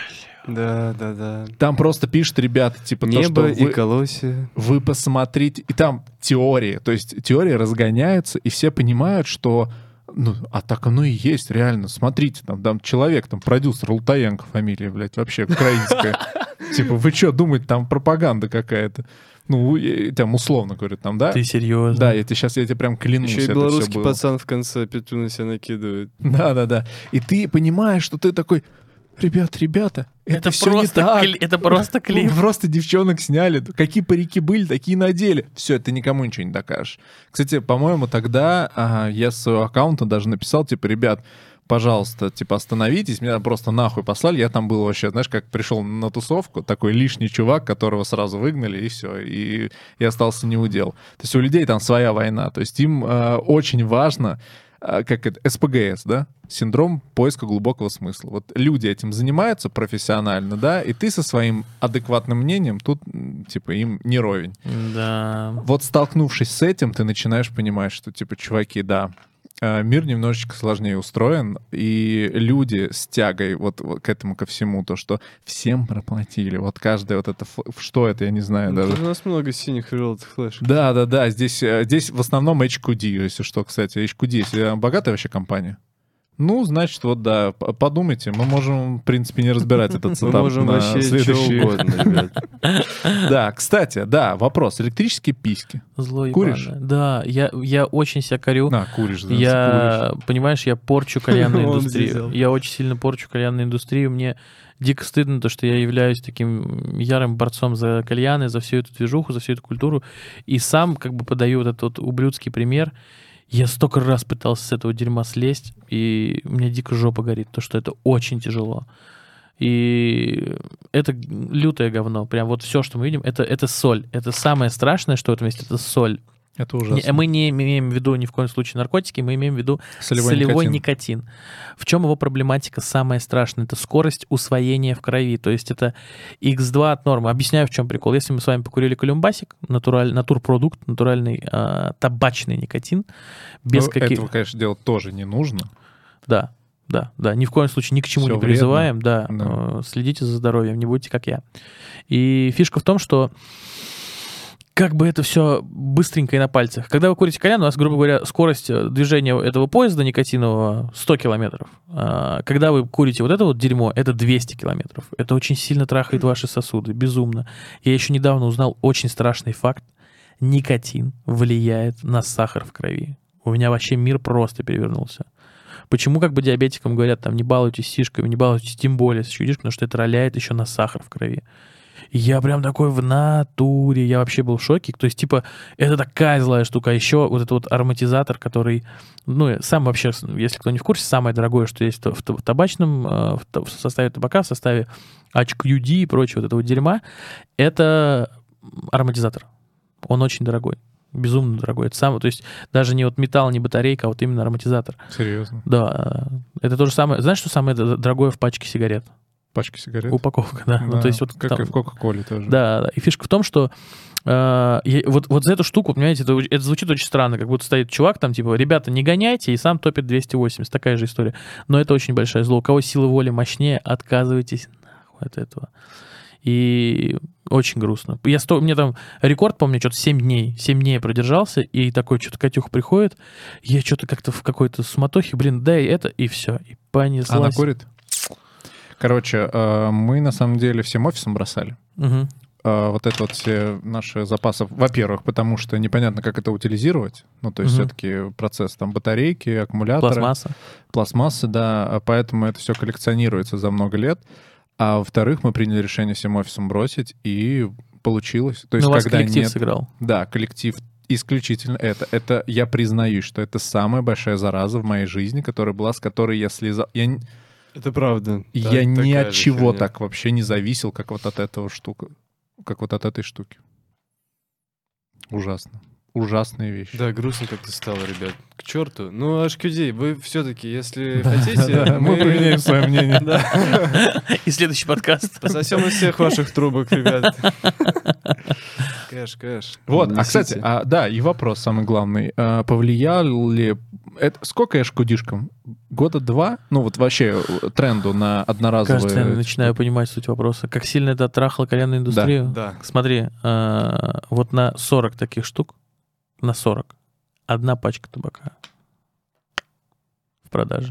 Speaker 4: Да.
Speaker 2: Там просто пишут ребята, типа,
Speaker 4: небо
Speaker 2: то, что
Speaker 4: и колосья.
Speaker 2: Вы посмотрите. И там теории. То есть теории разгоняются, и все понимают, что... Ну, а так оно и есть, реально. Смотрите, там человек, там продюсер Лутаенко фамилия, блядь, вообще украинская. Типа, вы что, думаете, там пропаганда какая-то? Ну, там условно говорят, там, да?
Speaker 3: Ты серьезно?
Speaker 2: Да, я тебе прям клянусь.
Speaker 4: Еще и белорусский пацан в конце петлю на себя накидывает.
Speaker 2: Да. И ты понимаешь, что ты такой... Ребята, это все не так.
Speaker 3: Это просто клип.
Speaker 2: Просто девчонок сняли. Какие парики были, такие надели. Все, ты никому ничего не докажешь. Кстати, по-моему, тогда я с своего аккаунта даже написал, типа, ребят, пожалуйста, типа, остановитесь, меня просто нахуй послали, я там был вообще, знаешь, как пришел на тусовку, такой лишний чувак, которого сразу выгнали, и все, и остался неудел. То есть у людей там своя война, то есть им очень важно, как это, СПГС, да, синдром поиска глубокого смысла. Вот люди этим занимаются профессионально, да, и ты со своим адекватным мнением тут, типа, им не ровень.
Speaker 3: Да.
Speaker 2: Вот столкнувшись с этим, ты начинаешь понимать, что, типа, чуваки, да, мир немножечко сложнее устроен, и люди с тягой вот к этому ко всему, то, что всем проплатили, вот каждое вот это, что это, я не знаю даже.
Speaker 4: У нас много синих и желтых флешек.
Speaker 2: Да, здесь в основном HQD, если что, кстати, HQD, если богатая вообще компания. Ну, значит, вот да, подумайте, мы можем, в принципе, не разбирать этот сетап.
Speaker 4: Мы можем вообще
Speaker 2: следующий...
Speaker 4: что угодно, ребят.
Speaker 2: Да, кстати, да, вопрос. Электрические письки.
Speaker 3: Зло
Speaker 2: Куришь?
Speaker 3: ебаное. Да, я очень себя корю.
Speaker 2: Куришь, да.
Speaker 3: Я, понимаешь, я порчу кальянную
Speaker 4: Он
Speaker 3: индустрию.
Speaker 4: взял.
Speaker 3: Я очень сильно порчу кальянную индустрию. Мне дико стыдно, то, что я являюсь таким ярым борцом за кальяны, за всю эту движуху, за всю эту культуру. И сам как бы подаю вот этот вот ублюдский пример. Я столько раз пытался с этого дерьма слезть, и у меня дико жопа горит, то, что это очень тяжело. И это лютое говно. Прям вот все, что мы видим, это соль. Это самое страшное, что в этом есть, это соль.
Speaker 2: Это ужасно.
Speaker 3: Мы не имеем в виду ни в коем случае наркотики, мы имеем в виду солевой никотин. В чем его проблематика самая страшная? Это скорость усвоения в крови. То есть это X2 от нормы. Объясняю, в чем прикол. Если мы с вами покурили колюмбасик, натурпродукт, натуральный табачный никотин, без каких...
Speaker 2: Этого, конечно, делать тоже не нужно.
Speaker 3: Да. Ни в коем случае ни к чему
Speaker 2: Всё
Speaker 3: не призываем.
Speaker 2: вредно.
Speaker 3: Да. Следите за здоровьем, не будьте как я. И фишка в том, что как бы это все быстренько и на пальцах. Когда вы курите кальян, у вас, грубо говоря, скорость движения этого поезда никотинового 100 километров. Когда вы курите вот это вот дерьмо, это 200 километров. Это очень сильно трахает ваши сосуды, безумно. Я еще недавно узнал очень страшный факт. Никотин влияет на сахар в крови. У меня вообще мир просто перевернулся. Почему как бы диабетикам говорят, там, не балуйтесь сишками, не балуйтесь тем более с чудишкой, потому что это роляет еще на сахар в крови. И я прям такой в натуре, я вообще был в шоке. То есть, типа, это такая злая штука. А еще вот этот вот ароматизатор, который, ну, сам вообще, если кто не в курсе, самое дорогое, что есть в табачном, в составе табака, в составе HQD и прочего вот этого дерьма, это ароматизатор. Он очень дорогой. Безумно дорогой. Это самое, то есть даже не вот металл, не батарейка, а вот именно ароматизатор.
Speaker 2: Серьезно?
Speaker 3: Да. Это то же самое. Знаешь, что самое дорогое в пачке сигарет?
Speaker 2: Пачки сигарет?
Speaker 3: Упаковка, да.
Speaker 2: Да,
Speaker 3: Ну, то есть вот
Speaker 2: как
Speaker 3: там,
Speaker 2: и в Кока-Коле тоже.
Speaker 3: Да. И фишка в том, что вот за эту штуку, понимаете, это звучит очень странно, как будто стоит чувак там, типа, ребята, не гоняйте, и сам топит 280. Такая же история. Но это очень большое зло. У кого сила воли мощнее, отказывайтесь нахуй от этого. И очень грустно. Мне там рекорд, помню, что-то 7 дней. 7 дней я продержался, и такой что-то Катюха приходит, я что-то как-то в какой-то суматохе, дай это, и все. И понеслась.
Speaker 2: Она курит? Короче, мы на самом деле всем офисом бросали.
Speaker 3: Угу.
Speaker 2: Вот это вот все наши запасы. Во-первых, потому что непонятно, как это утилизировать. Ну, то есть все-таки процесс там батарейки, аккумуляторы. Пластмассы, да. Поэтому это все коллекционируется за много лет. А во-вторых, мы приняли решение всем офисом бросить, и получилось. То есть,
Speaker 3: у вас
Speaker 2: когда
Speaker 3: коллектив сыграл.
Speaker 2: Да, коллектив исключительно это. Это я признаюсь, что это самая большая зараза в моей жизни, которая была, с которой я слезал.
Speaker 4: Это правда.
Speaker 2: Я ни от чего так вообще не зависел, как вот от этого штука. Как вот от этой штуки. Ужасно. Ужасные вещи.
Speaker 4: Да, грустно как-то стало, ребят. К черту. Ну, HQD, вы все-таки, если хотите...
Speaker 2: Мы поменяем свое мнение.
Speaker 3: И следующий подкаст.
Speaker 4: Пососем из всех ваших трубок, ребят. Кэш.
Speaker 2: Вот, кстати, да, и вопрос самый главный. Повлиял ли... Сколько HQD-шкам? 2 года? Ну, вот вообще тренду на одноразовые...
Speaker 3: Кажется, я начинаю понимать суть вопроса. Как сильно это оттрахало кальянную индустрию?
Speaker 4: Да.
Speaker 3: Смотри, вот на 40 таких штук, на 40, одна пачка табака в продаже.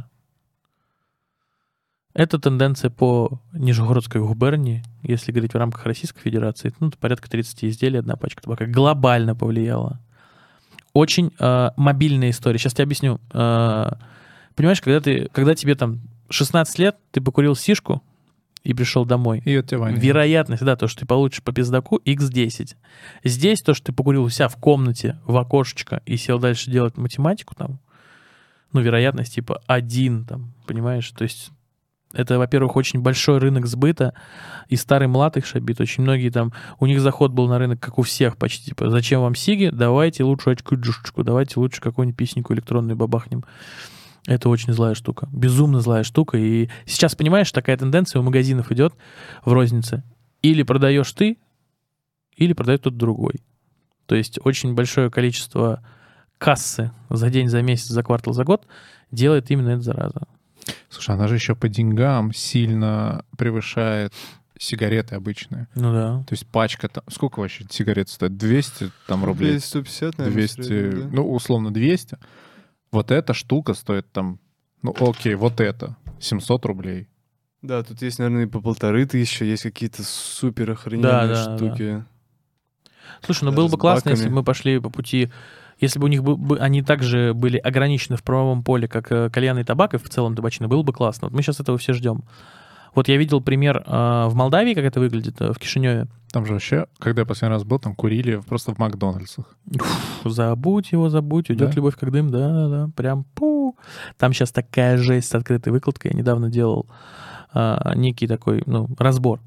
Speaker 3: Это тенденция по Нижегородской губернии, если говорить в рамках Российской Федерации, ну, порядка 30 изделий, одна пачка табака. Глобально повлияла. Очень мобильная история. Сейчас тебе объясню. Понимаешь, когда тебе там 16 лет, ты покурил сишку и пришел домой.
Speaker 2: И от тебя воняет.
Speaker 3: Вероятность, да, то, что ты получишь по пиздаку, x10. Здесь то, что ты покурил у себя в комнате, в окошечко и сел дальше делать математику там, вероятность типа 1, там, понимаешь? То есть это, во-первых, очень большой рынок сбыта, и старый млад их шабит. Очень многие там, у них заход был на рынок, как у всех почти, типа, зачем вам сиги? Давайте лучше очку-джушечку, давайте лучше какую-нибудь песенку электронную бабахнем. Это очень злая штука, безумно злая штука. И сейчас, понимаешь, такая тенденция у магазинов идет в рознице. Или продаешь ты, или продает кто-то другой. То есть очень большое количество кассы за день, за месяц, за квартал, за год делает именно эта зараза.
Speaker 2: Слушай, она же еще по деньгам сильно превышает сигареты обычные.
Speaker 3: Ну да.
Speaker 2: То есть пачка там... Сколько вообще сигарет стоит? 200 там рублей?
Speaker 4: 150, наверное,
Speaker 2: 200,
Speaker 4: средний, да?
Speaker 2: ну, условно 200. Вот эта штука стоит там... Ну, окей, вот это 700 рублей.
Speaker 4: Да, тут есть, наверное, и по 1500, есть какие-то супер охрененные
Speaker 3: Да.
Speaker 4: штуки.
Speaker 3: Слушай, ну
Speaker 4: Даже
Speaker 3: было
Speaker 4: с
Speaker 3: бы классно,
Speaker 4: баками.
Speaker 3: если бы мы пошли по пути... Если бы у них они также были ограничены в правовом поле, как кальян и табак, и в целом табачный, было бы классно. Вот мы сейчас этого все ждем. Вот я видел пример в Молдавии, как это выглядит, в Кишиневе.
Speaker 2: Там же вообще, когда я последний раз был, там курили просто в Макдональдсах.
Speaker 3: Забудь его, уйдет
Speaker 2: Да?
Speaker 3: любовь как дым, да, прям пу. Там сейчас такая жесть с открытой выкладкой. Я недавно делал некий такой, разбор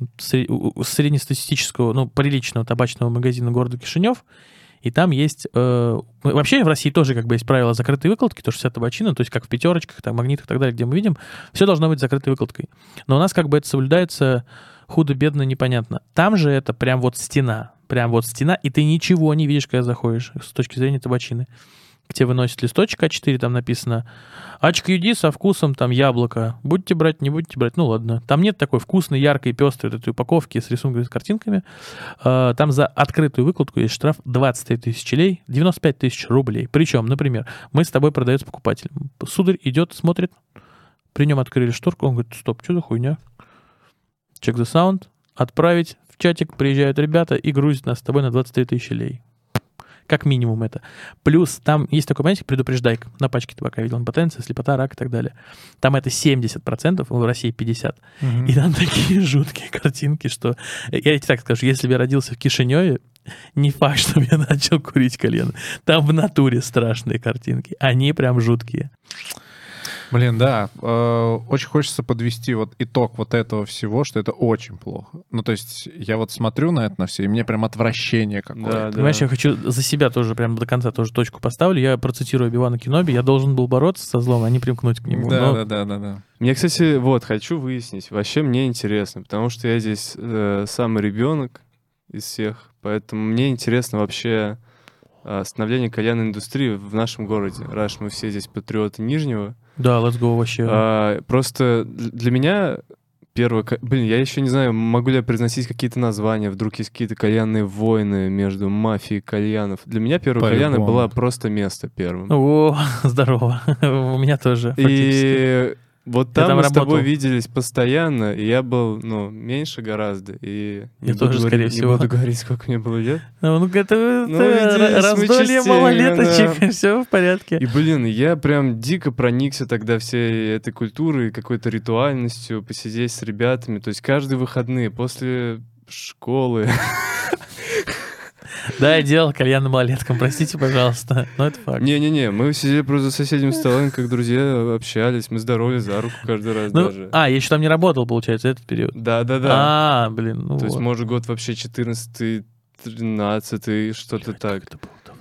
Speaker 3: среднестатистического, приличного табачного магазина города Кишинев. И там есть... вообще в России тоже как бы есть правило закрытой выкладки, то, что вся табачина, то есть как в пятерочках, там, магнитах и так далее, где мы видим, все должно быть закрытой выкладкой. Но у нас как бы это соблюдается худо-бедно, непонятно. Там же это прям вот стена, и ты ничего не видишь, когда заходишь с точки зрения табачины. К тебе выносят листочек А4, там написано HQD со вкусом там яблока. Будете брать, не будете брать, ну ладно. Там нет такой вкусной, яркой, пестрой этой упаковки с рисунками, с картинками. Там за открытую выкладку есть штраф 23 тысячи лей, 95 тысяч рублей. Причем, например, мы с тобой продавец покупатель. Сударь идет, смотрит, при нем открыли шторку, он говорит, стоп, что за хуйня? Check the sound, отправить в чатик, приезжают ребята и грузят нас с тобой на 23 тысячи лей. Как минимум это. Плюс там есть такой, понимаете, предупреждайка. На пачке табака видел импотенция, слепота, рак и так далее. Там это 70%, в России 50%. И там такие жуткие картинки, что... Я тебе так скажу, если бы я родился в Кишиневе, не факт, что я начал курить кальян. Там в натуре страшные картинки. Они прям жуткие.
Speaker 2: Блин, да. Очень хочется подвести вот итог вот этого всего, что это очень плохо. Ну, то есть я вот смотрю на это на все, и мне прям отвращение какое-то.
Speaker 4: Да,
Speaker 3: Понимаешь, я хочу за себя тоже прям до конца тоже точку поставлю. Я процитирую Оби-Вана Кеноби. Я должен был бороться со злом, а не примкнуть к нему.
Speaker 2: Да.
Speaker 4: Мне, кстати, хочу выяснить. Вообще мне интересно, потому что я здесь самый ребенок из всех, поэтому мне интересно вообще становление кальянной индустрии в нашем городе. Раз мы все здесь патриоты Нижнего.
Speaker 3: Да, let's go вообще.
Speaker 4: Просто для меня первое... Блин, я еще не знаю, могу ли я произносить какие-то названия, вдруг есть какие-то кальянные войны между мафией кальянов. Для меня первая кальяна была просто место первым.
Speaker 3: О, здорово. У меня тоже, фактически.
Speaker 4: И вот там мы с тобой виделись постоянно, и я был, меньше гораздо. И
Speaker 3: я тоже, скорее всего.
Speaker 4: Не буду говорить, сколько мне было лет.
Speaker 3: Это раздолье малолеточек, все в порядке.
Speaker 4: И, блин, я прям дико проникся тогда всей этой культурой, какой-то ритуальностью, посидеть с ребятами. То есть каждые выходные после школы...
Speaker 3: Да, я делал кальян на малолеткам, простите, пожалуйста, но это факт.
Speaker 4: Не-не-не, мы сидели просто за соседним столом, как друзья, общались, мы здоровались за руку каждый раз даже.
Speaker 3: Я еще там не работал, получается, этот период.
Speaker 4: Да.
Speaker 3: Блин,
Speaker 4: То есть, может, год вообще 14-й, 13-й, что-то так.
Speaker 3: Это было давно.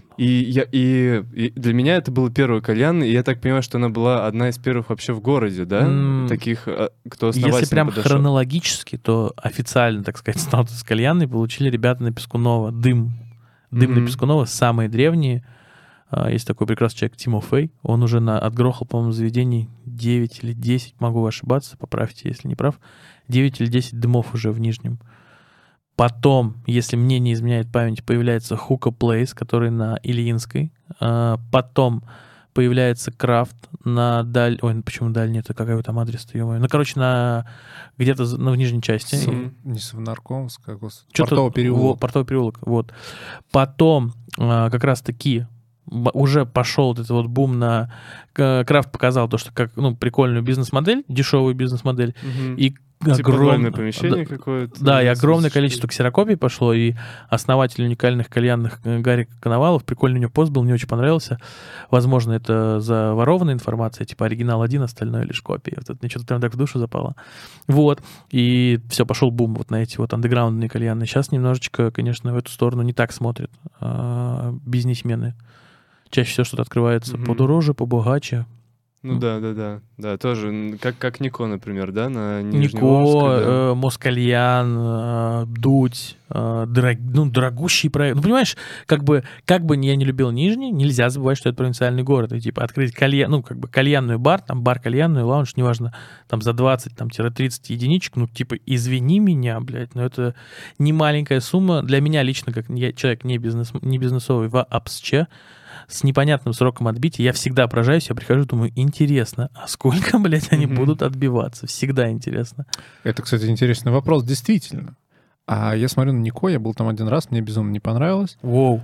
Speaker 4: И для меня это было первое кальян, и я так понимаю, что она была одна из первых вообще в городе, да? Таких, кто основательно
Speaker 3: Если прям
Speaker 4: подошел.
Speaker 3: хронологически, то официально, так сказать, статус кальянной получили ребята на Пескунова. Дым на Пескунова, самые древние. Есть такой прекрасный человек Тимо Фэй. Он уже отгрохал, по-моему, заведений 9 или 10, могу ошибаться, поправьте, если не прав. 9 или 10 дымов уже в Нижнем. Потом, если мне не изменяет память, появляется Хука Плейс, который на Ильинской. Потом появляется Крафт на почему дальний? Это какой там адрес-то, ё-моё? Где-то в нижней части.
Speaker 2: Не Совнарковская, господи.
Speaker 3: Портовый переулок. Портовый переулок, вот. Потом как раз-таки уже пошел вот этот вот бум на... Крафт показал то, что как прикольную бизнес-модель, дешевую бизнес-модель. И
Speaker 4: подвальное помещение какое-то.
Speaker 3: Да, и огромное количество ксерокопий пошло, и основатель уникальных кальянных Гарик Коновалов, прикольный у него пост был, мне очень понравился. Возможно, это заворованная информация, типа оригинал один, остальное лишь копии. Вот это мне что-то прям так в душу запало. Вот, и все, пошел бум вот на эти вот андеграундные кальянные. Сейчас немножечко, конечно, в эту сторону не так смотрят бизнесмены. Чаще всего что-то открывается подороже, побогаче.
Speaker 4: Ну да, тоже, как Нико, например, да, на Нижневолжске.
Speaker 3: Нико,
Speaker 4: Да.
Speaker 3: Москальян, Дудь, дорогущий проект. Ну, понимаешь, как бы я не любил Нижний, нельзя забывать, что это провинциальный город. И, типа, открыть кальянную бар, там, бар кальянный, лаунж, неважно, там, за 20-30 единичек, ну, типа, извини меня, блядь, но это не маленькая сумма. Для меня лично, как я человек не бизнесовый вообще, с непонятным сроком отбития, я всегда поражаюсь, я прихожу, думаю, интересно, а сколько, блядь, они будут отбиваться? Всегда интересно.
Speaker 2: Это, кстати, интересный вопрос, действительно. А я смотрю на Нико, я был там один раз, мне безумно не понравилось.
Speaker 3: Воу.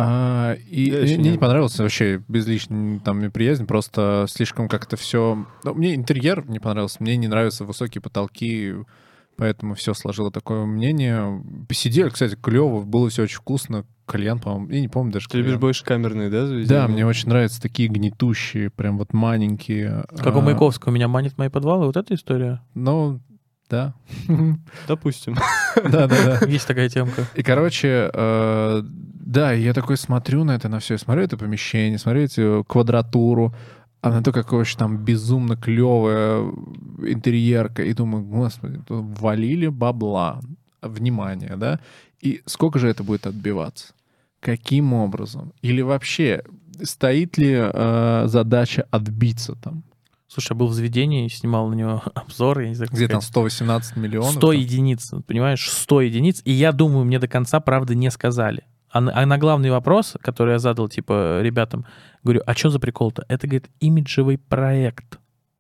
Speaker 2: Мне не понравилось вообще без лишней там неприязни, просто слишком как-то все... Ну, мне интерьер не понравился, мне не нравятся высокие потолки, поэтому все сложило такое мнение. Посидели, кстати, клево, было все очень вкусно. Кальян, по-моему, я не помню даже.
Speaker 4: Ты любишь больше камерные, да, заведения?
Speaker 2: Да, мне очень нравятся такие гнетущие, прям вот маленькие.
Speaker 3: Как у Маяковского меня манит мои подвалы, вот эта история?
Speaker 2: Ну, да.
Speaker 4: Допустим.
Speaker 2: Да.
Speaker 3: Есть такая темка.
Speaker 2: И, короче, да, я такой смотрю на это, на все, смотрю это помещение, смотрю эту квадратуру, а на то, какое вообще там безумно клевая интерьерка, и думаю, господи, тут валили бабла, внимание, да? И сколько же это будет отбиваться? Каким образом? Или вообще, стоит ли задача отбиться там?
Speaker 3: Слушай, я был в заведении, снимал на него обзор, я не знаю,
Speaker 2: где там 118 миллионов?
Speaker 3: 100 единиц, понимаешь, 100 единиц, и я думаю, мне до конца, правда, не сказали. А на главный вопрос, который я задал, типа, ребятам, говорю, а что за прикол-то? Это, говорит, имиджевый проект.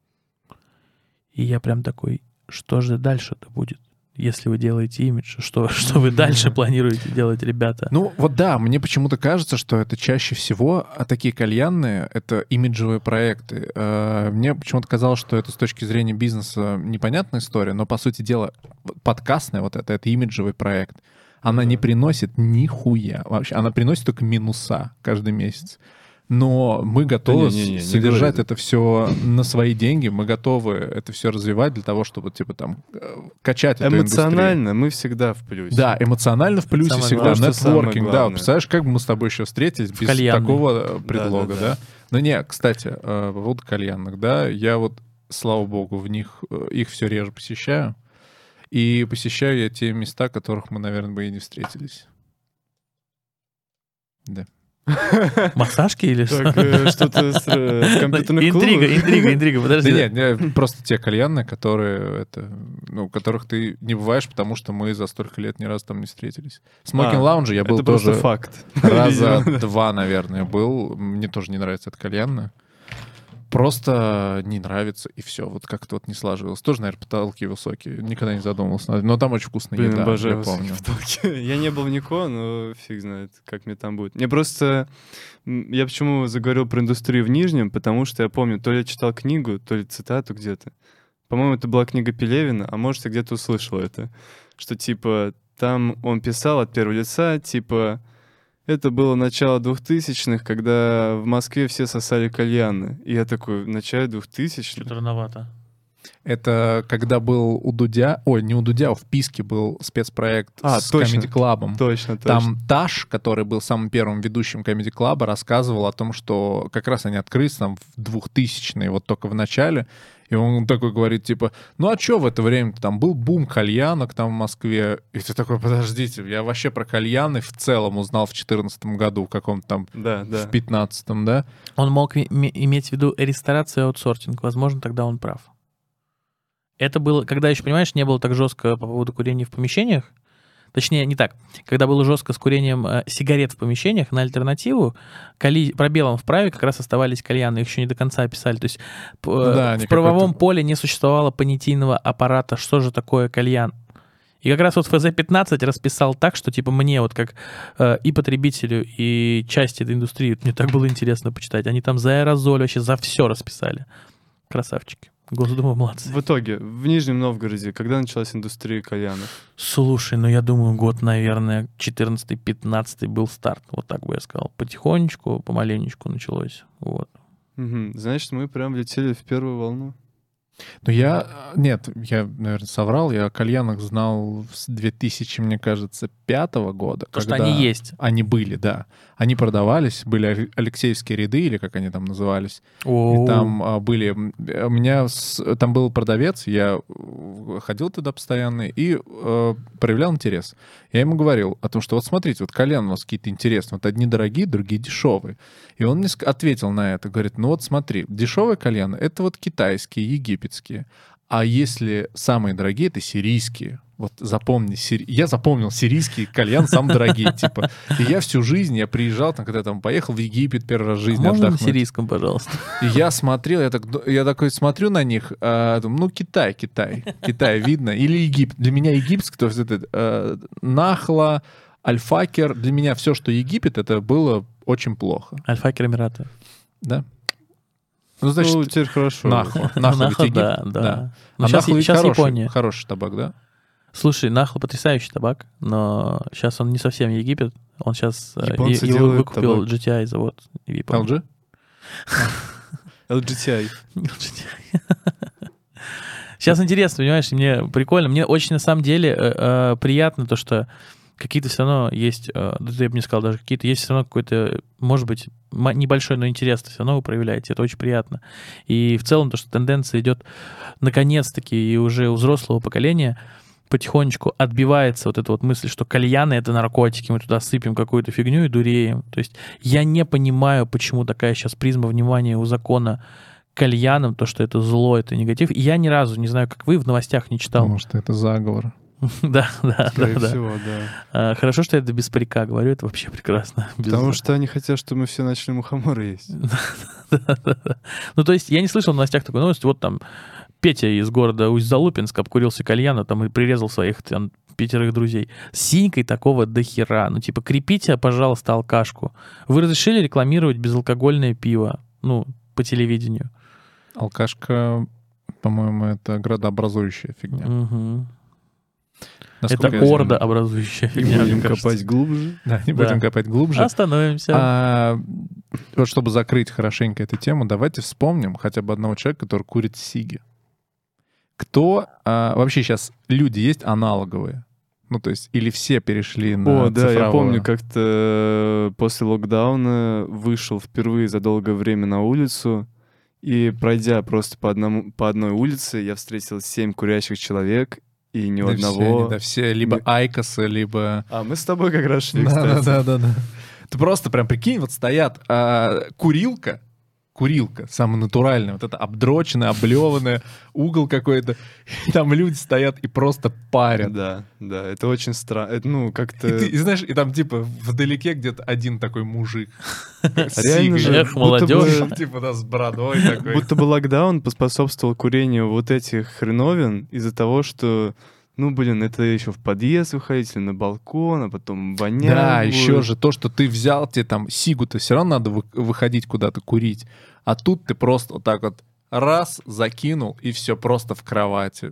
Speaker 3: И я прям такой, что же дальше-то будет? Если вы делаете имидж, что вы дальше планируете делать, ребята?
Speaker 2: Ну, вот да, мне почему-то кажется, что это чаще всего, такие кальянные, это имиджевые проекты. Мне почему-то казалось, что это с точки зрения бизнеса непонятная история, но, по сути дела, подкастная вот это имиджевый проект. Она не приносит нихуя вообще. Она приносит только минуса каждый месяц. Но мы готовы содержать это все на свои деньги, мы готовы это все развивать для того, чтобы, типа, там, качать эту индустрию.
Speaker 4: Эмоционально мы всегда в плюсе.
Speaker 2: Да, эмоционально в плюсе всегда. Нетворкинг, да. Представляешь, как бы мы с тобой еще встретились без такого предлога, да? Но не, кстати, по поводу кальянных, да, я вот, слава богу, их все реже посещаю. И посещаю я те места, которых мы, наверное, бы и не встретились. Да.
Speaker 3: Массажки или что?
Speaker 4: Что-то с компьютерных клубов?
Speaker 3: Интрига, подожди.
Speaker 2: Да нет, просто те кальянные, которых ты не бываешь, потому что мы за столько лет ни разу там не встретились. Смокинг лаунжи я был тоже...
Speaker 4: Это просто факт.
Speaker 2: Раза 2, наверное, был. Мне тоже не нравится это кальянное. Просто не нравится, и все. Вот как-то вот не сложилось. Тоже, наверное, потолки высокие. Никогда не задумывался. Но там очень вкусная еда,
Speaker 4: обожаю
Speaker 2: я помню.
Speaker 4: потолки. Я не был в Нико, но фиг знает, как мне там будет. Мне просто... Я почему заговорил про индустрию в Нижнем, потому что я помню, то ли я читал книгу, то ли цитату где-то. По-моему, это была книга Пелевина, а может, я где-то услышал это. Что, типа, там он писал от первого лица, типа... Это было начало 2000-х, когда в Москве все сосали кальяны. И я такой, в начале 2000-х?
Speaker 3: Что-то рановато.
Speaker 2: Это когда был у Дудя... Ой, не у Дудя, а в Писке был спецпроект с
Speaker 4: точно.
Speaker 2: Comedy Club'ом.
Speaker 4: Точно.
Speaker 2: Там Таш, который был самым первым ведущим Comedy Club'а, рассказывал о том, что как раз они открылись там в 2000-е, вот только в начале. И он такой говорит, типа, ну а что в это время там был бум кальянок там в Москве? И ты такой, подождите, я вообще про кальяны в целом узнал в 2014 году, в каком-то там, в 2015, да?
Speaker 3: Он мог иметь в виду ресторацию и аутсорсинг. Возможно, тогда он прав. Это было, когда еще, понимаешь, не было так жестко по поводу курения в помещениях. Точнее, не так. Когда было жестко с курением сигарет в помещениях, на альтернативу пробелом в праве как раз оставались кальяны. Их еще не до конца описали. То есть в правовом поле не существовало понятийного аппарата, что же такое кальян. И как раз вот ФЗ-15 расписал так, что типа мне вот как и потребителю, и части этой индустрии, мне так было интересно почитать. Они там за аэрозоль вообще за все расписали. Красавчики. Госдума молодцы.
Speaker 4: В итоге, в Нижнем Новгороде, когда началась индустрия кальянов?
Speaker 3: Слушай, ну я думаю, год, наверное, 14-15 был старт. Вот так бы я сказал. Потихонечку, помаленечку началось. Вот.
Speaker 4: Значит, мы прям влетели в первую волну.
Speaker 2: Ну, я, наверное, соврал. Я о кальянах знал с 2000, мне кажется, 5 года.
Speaker 3: То, что они есть.
Speaker 2: Они были, да. Они продавались, были Алексеевские ряды, или как они там назывались.
Speaker 3: О-о-о.
Speaker 2: И там были... У меня там был продавец, я ходил туда постоянно и проявлял интерес. Я ему говорил о том, что вот смотрите, вот кальян у нас какие-то интересные. Вот одни дорогие, другие дешевые. И он мне ответил на это. Говорит, ну вот смотри, дешевые кальяны — это вот китайские, египетские. А если самые дорогие — это сирийские. Вот запомни, я запомнил сирийский кальян самый дорогий, типа. И я всю жизнь, я приезжал, там, когда я там поехал в Египет первый раз в жизни
Speaker 3: Можно
Speaker 2: отдохнуть.
Speaker 3: на сирийском, пожалуйста?
Speaker 2: И я смотрел, я такой смотрю на них, думаю, ну, Китай видно, или Египет. Для меня египетский, то есть это Нахла, Аль-Факер, для меня все, что Египет, это было очень плохо.
Speaker 3: Аль-Факер, Эмираты.
Speaker 2: Да? Ну, значит,
Speaker 4: Ну, теперь хорошо.
Speaker 2: Нахла. Нахла ведь Египет.
Speaker 3: да.
Speaker 2: А
Speaker 3: Сейчас
Speaker 2: Нахла ведь
Speaker 3: Япония.
Speaker 2: хороший табак, да?
Speaker 3: Слушай, Нахла потрясающий табак, но сейчас он не совсем Египет. Он сейчас
Speaker 4: Японцы
Speaker 3: его
Speaker 4: делают
Speaker 3: выкупил
Speaker 4: табак.
Speaker 3: GTI завод в Японии.
Speaker 2: LG?
Speaker 4: LGTI.
Speaker 3: Сейчас интересно, понимаешь, мне прикольно. Мне очень, на самом деле, приятно то, что какие-то все равно есть, я бы не сказал даже, какие-то есть все равно какой-то, может быть, небольшой, но интерес все равно вы проявляете. Это очень приятно. И в целом то, что тенденция идет наконец-таки и уже у взрослого поколения потихонечку отбивается вот эта вот мысль, что кальяны — это наркотики, мы туда сыпем какую-то фигню и дуреем. То есть я не понимаю, почему такая сейчас призма внимания у закона кальянам, то, что это зло, это негатив. И я ни разу, не знаю, как вы, в новостях не читал.
Speaker 2: Потому что это заговор.
Speaker 3: Да.
Speaker 4: Скорее всего, да.
Speaker 3: Хорошо, что я это без парика говорю, это вообще прекрасно.
Speaker 4: Потому что они хотят, чтобы мы все начали мухоморы есть.
Speaker 3: Да. Ну, то есть я не слышал в новостях такой новости, вот там Петя из города Усть-Залупинск обкурился кальяна там и прирезал своих там 5 друзей. С Синькой такого дохера. Ну, типа, крепите, пожалуйста, алкашку. Вы разрешили рекламировать безалкогольное пиво, ну, по телевидению?
Speaker 2: Алкашка, по-моему, это градообразующая фигня.
Speaker 3: Угу.
Speaker 2: Насколько
Speaker 3: Это
Speaker 2: я знаю.
Speaker 3: ордообразующая
Speaker 4: Не
Speaker 3: фигня.
Speaker 4: будем
Speaker 3: мне кажется.
Speaker 4: копать глубже.
Speaker 2: Да, не будем копать глубже.
Speaker 3: Остановимся.
Speaker 2: Вот чтобы закрыть хорошенько эту тему, давайте вспомним хотя бы одного человека, который курит сиги. Кто вообще сейчас люди есть аналоговые? Ну, то есть, или все перешли на
Speaker 4: О, да, я
Speaker 2: цифровое?
Speaker 4: помню, как-то после локдауна вышел впервые за долгое время на улицу, и пройдя просто по одной улице, я встретил 7 курящих человек, и ни у
Speaker 2: Да
Speaker 4: одного...
Speaker 2: все либо айкосы, либо...
Speaker 4: А мы с тобой как раз шли, кстати.
Speaker 2: Да. Ты просто прям прикинь, вот стоят курилка, самая натуральная, вот это обдроченная, облеванная, угол какой-то, и там люди стоят и просто парят.
Speaker 4: Да, это очень странно. Ну, как-то...
Speaker 2: И знаешь, и там типа вдалеке где-то один такой мужик.
Speaker 4: Реально же,
Speaker 3: Эх, молодежь.
Speaker 2: Типа, да, с бородой такой.
Speaker 4: Будто бы локдаун поспособствовал курению вот этих хреновин из-за того, что, ну, блин, это еще в подъезд выходить или на балкон, а потом вонять.
Speaker 2: Да,
Speaker 4: будет.
Speaker 2: еще же то, что ты взял, тебе там сигу-то все равно надо выходить куда-то курить. А тут ты просто вот так вот раз, закинул, и все, просто в кровати.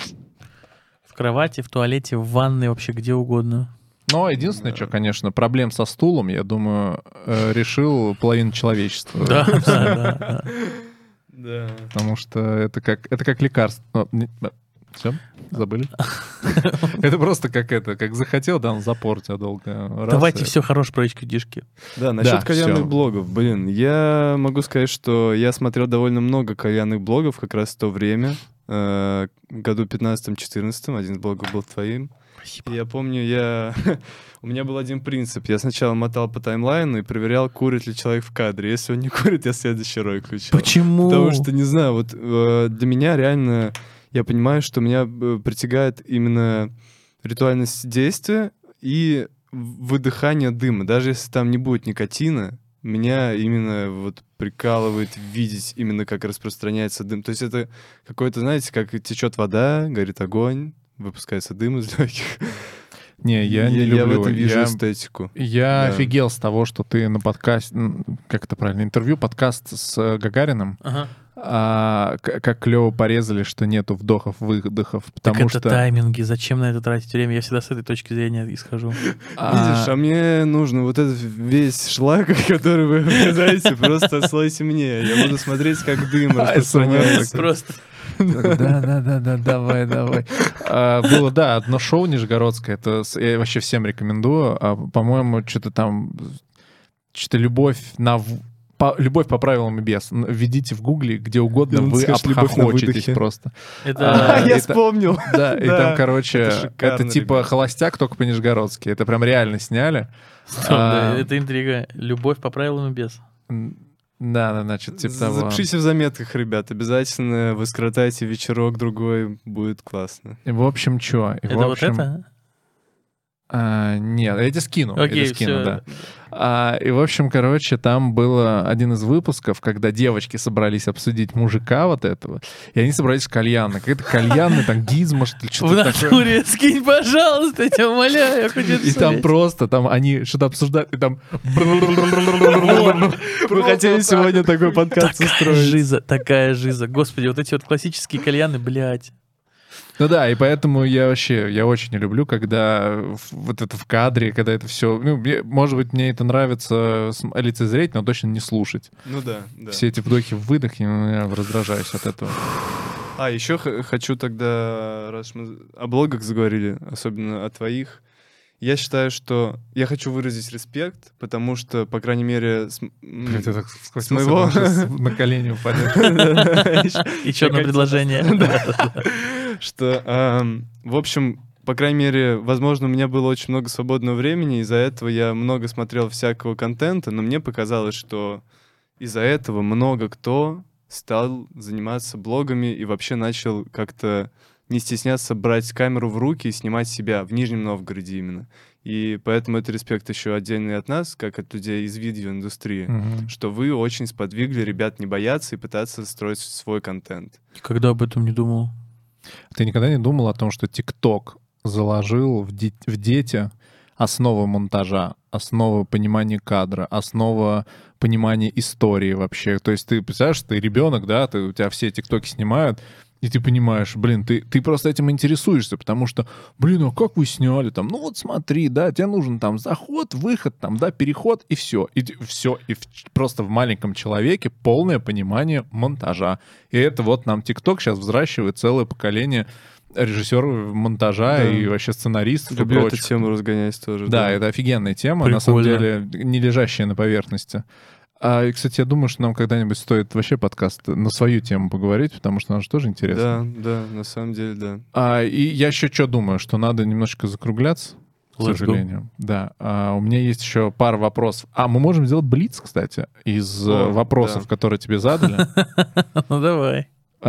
Speaker 3: В кровати, в туалете, в ванной, вообще где угодно.
Speaker 2: Но единственное, что, конечно, проблем со стулом, я думаю, решил половину человечества.
Speaker 3: Да.
Speaker 4: Да.
Speaker 2: Потому что это как лекарство. Все? Забыли? Это просто как захотел, да, он запор тебя долго.
Speaker 3: Давайте все хорош про HQD-шки.
Speaker 4: Да, насчет
Speaker 2: Да,
Speaker 4: кальянных
Speaker 2: всё.
Speaker 4: блогов. Блин, я могу сказать, что я смотрел довольно много кальянных блогов как раз в то время. Году 15-14, один из блогов был твоим.
Speaker 3: Спасибо.
Speaker 4: И я помню, у меня был один принцип. Я сначала мотал по таймлайну и проверял, курит ли человек в кадре. Если он не курит, я следующий ролик включал.
Speaker 3: Почему?
Speaker 4: Потому что, не знаю, вот для меня реально... Я понимаю, что меня притягает именно ритуальность действия и выдыхание дыма. Даже если там не будет никотина, меня именно вот прикалывает видеть именно, как распространяется дым. То есть это какое-то, знаете, как течет вода, горит огонь, выпускается дым из легких.
Speaker 2: Не, я не люблю.
Speaker 4: Я в этом вижу эстетику.
Speaker 2: Я
Speaker 4: Да.
Speaker 2: офигел с того, что ты на подкасте, как это правильно, интервью, подкаст с Гагариным.
Speaker 3: Ага.
Speaker 2: как клево порезали, что нету вдохов-выдохов, потому
Speaker 3: Так
Speaker 2: что...
Speaker 3: это тайминги, зачем на это тратить время? Я всегда с этой точки зрения исхожу.
Speaker 4: Видишь, а мне нужно вот этот весь шлак, который вы обрезаете, просто отслойте мне. Я буду смотреть, как дым распространяется.
Speaker 3: Просто.
Speaker 2: Да, давай. Было, да, одно шоу нижегородское, это я вообще всем рекомендую. По-моему, что-то там, любовь по правилам и без. Введите в гугле, где угодно, вы обхохочетесь просто.
Speaker 4: Я вспомнил.
Speaker 2: Да, и там, короче,
Speaker 4: это шикарно,
Speaker 2: это типа
Speaker 4: ребят.
Speaker 2: «Холостяк», только по-нижегородски. Это прям реально сняли.
Speaker 3: Стоп, да, это интрига. Любовь по правилам и без.
Speaker 2: Да, значит, типа того.
Speaker 4: Запишите в заметках, ребят. Обязательно вы скоротайте вечерок-другой, будет классно.
Speaker 2: И в общем, что?
Speaker 3: Это вот это?
Speaker 2: Нет, я тебе скину.
Speaker 3: Окей,
Speaker 2: скину,
Speaker 3: всё.
Speaker 2: да. И, в общем, короче, там был один из выпусков, когда девочки собрались обсудить мужика вот этого, и они собрались в кальянной. Какая-то кальянная, там, гизма, что ли,
Speaker 3: В
Speaker 2: что-то такое.
Speaker 3: натуре скинь, пожалуйста, я тебя умоляю. Я хочу это
Speaker 2: И там
Speaker 3: смотреть.
Speaker 2: просто, там они что-то обсуждают, и там...
Speaker 4: Мы хотели сегодня такой подкаст устроить.
Speaker 3: Такая жиза. Господи, вот эти вот классические кальяны, блядь.
Speaker 2: Ну да, и поэтому я очень не люблю, когда вот это в кадре, когда это все... Ну, может быть, мне это нравится лицезреть, но точно не слушать.
Speaker 4: Ну да.
Speaker 2: Все эти вдохи-выдохи, я раздражаюсь от этого.
Speaker 4: Еще хочу тогда, раз мы о блогах заговорили, особенно о твоих, я считаю, что я хочу выразить респект, потому что, по крайней мере,
Speaker 2: Блядь, я так
Speaker 4: с моего...
Speaker 2: на колени упадешь.
Speaker 3: Еще одно предложение.
Speaker 4: Что, в общем, по крайней мере, возможно, у меня было очень много свободного времени, из-за этого я много смотрел всякого контента, но мне показалось, что из-за этого много кто стал заниматься блогами и вообще начал как-то не стесняться брать камеру в руки и снимать себя, в Нижнем Новгороде именно. И поэтому это респект еще отдельный от нас, как от людей из видеоиндустрии, что вы очень сподвигли ребят не бояться и пытаться строить свой контент.
Speaker 3: Никогда об этом не думал.
Speaker 2: Ты никогда не думал о том, что ТикТок заложил в дети основы монтажа, основы понимания кадра, основа понимания истории вообще? То есть ты представляешь, ты ребенок, да, у тебя все ТикТоки снимают, и ты понимаешь, блин, ты просто этим интересуешься, потому что, блин, а как вы сняли там? Ну вот смотри, да, тебе нужен там заход, выход, там, да, переход, и все. И просто в маленьком человеке полное понимание монтажа. И это вот нам ТикТок сейчас взращивает целое поколение режиссеров монтажа и вообще сценаристов
Speaker 4: Люблю
Speaker 2: и прочих.
Speaker 4: эту тему разгонять тоже.
Speaker 2: Да, это офигенная тема,
Speaker 3: Прикольно.
Speaker 2: на самом деле, не лежащая на поверхности. И, кстати, я думаю, что нам когда-нибудь стоит вообще подкаст на свою тему поговорить, потому что она же тоже интересна.
Speaker 4: Да, на самом деле, да.
Speaker 2: И я еще что думаю, что надо немножечко закругляться, к
Speaker 3: Let's
Speaker 2: сожалению. Да. У меня есть еще пара вопросов. Мы можем сделать блиц, кстати, из вопросов,
Speaker 4: да.
Speaker 2: которые тебе задали.
Speaker 3: Ну давай.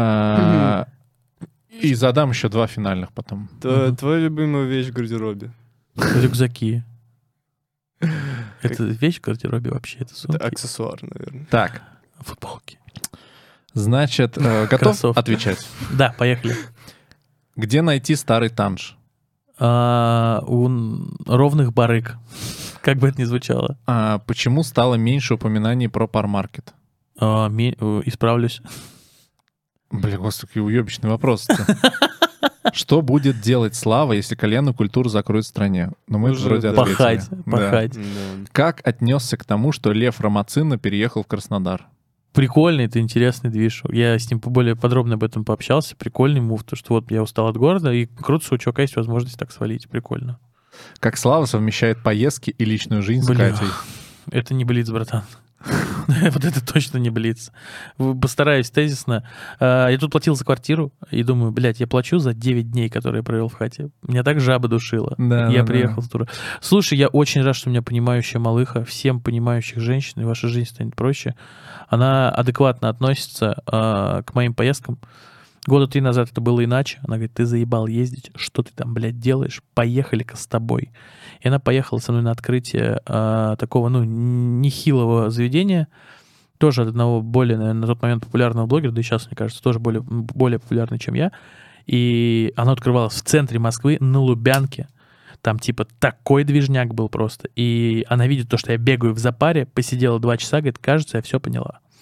Speaker 2: И задам еще 2 финальных потом.
Speaker 4: Твоя любимая вещь в гардеробе?
Speaker 3: Рюкзаки. Это вещь в гардеробе вообще? Это сумки?
Speaker 4: Это аксессуар, наверное.
Speaker 2: Так,
Speaker 3: Футболки.
Speaker 2: значит, готов
Speaker 3: Кроссовки.
Speaker 2: отвечать?
Speaker 3: Да, поехали.
Speaker 2: Где найти старый танж?
Speaker 3: У ровных барыг. Как бы это ни звучало.
Speaker 2: Почему стало меньше упоминаний про пармаркет?
Speaker 3: Исправлюсь.
Speaker 2: Блин, господи, какие уебищные вопросы. Что будет делать Слава, если кальянную культуру закроют в стране? Ну, мы
Speaker 4: Уже,
Speaker 2: вроде
Speaker 4: да.
Speaker 2: ответили.
Speaker 3: Пахать.
Speaker 2: Да.
Speaker 4: Да.
Speaker 2: Как отнесся к тому, что Лев Ромацина переехал в Краснодар?
Speaker 3: Прикольный, это интересный движ. Я с ним более подробно об этом пообщался. Прикольный мув, то что вот я устал от города, и круто, что у чувака есть возможность так свалить. Прикольно.
Speaker 2: Как Слава совмещает поездки и личную жизнь с
Speaker 3: Бля.
Speaker 2: Катей?
Speaker 3: Это не блиц, братан. Вот это точно не блиц. Постараюсь тезисно. Я тут платил за квартиру и думаю, блядь, я плачу за 9 дней, которые я провел в хате. Меня так жаба душила.
Speaker 2: Да,
Speaker 3: Я
Speaker 2: да,
Speaker 3: приехал с тура. Слушай, я очень рад, что у меня понимающая малыха. Всем понимающих женщин, и ваша жизнь станет проще. Она адекватно относится к моим поездкам. 3 года назад это было иначе. Она говорит, ты заебал ездить, что ты там, блядь, делаешь? Поехали-ка с тобой. И она поехала со мной на открытие такого, нехилого заведения. Тоже от одного более, наверное, на тот момент популярного блогера, да и сейчас, мне кажется, тоже более популярный, чем я. И оно открывалось в центре Москвы, на Лубянке. Там типа такой движняк был просто. И она видит то, что я бегаю в запаре, посидела 2 часа, говорит, кажется, я все поняла.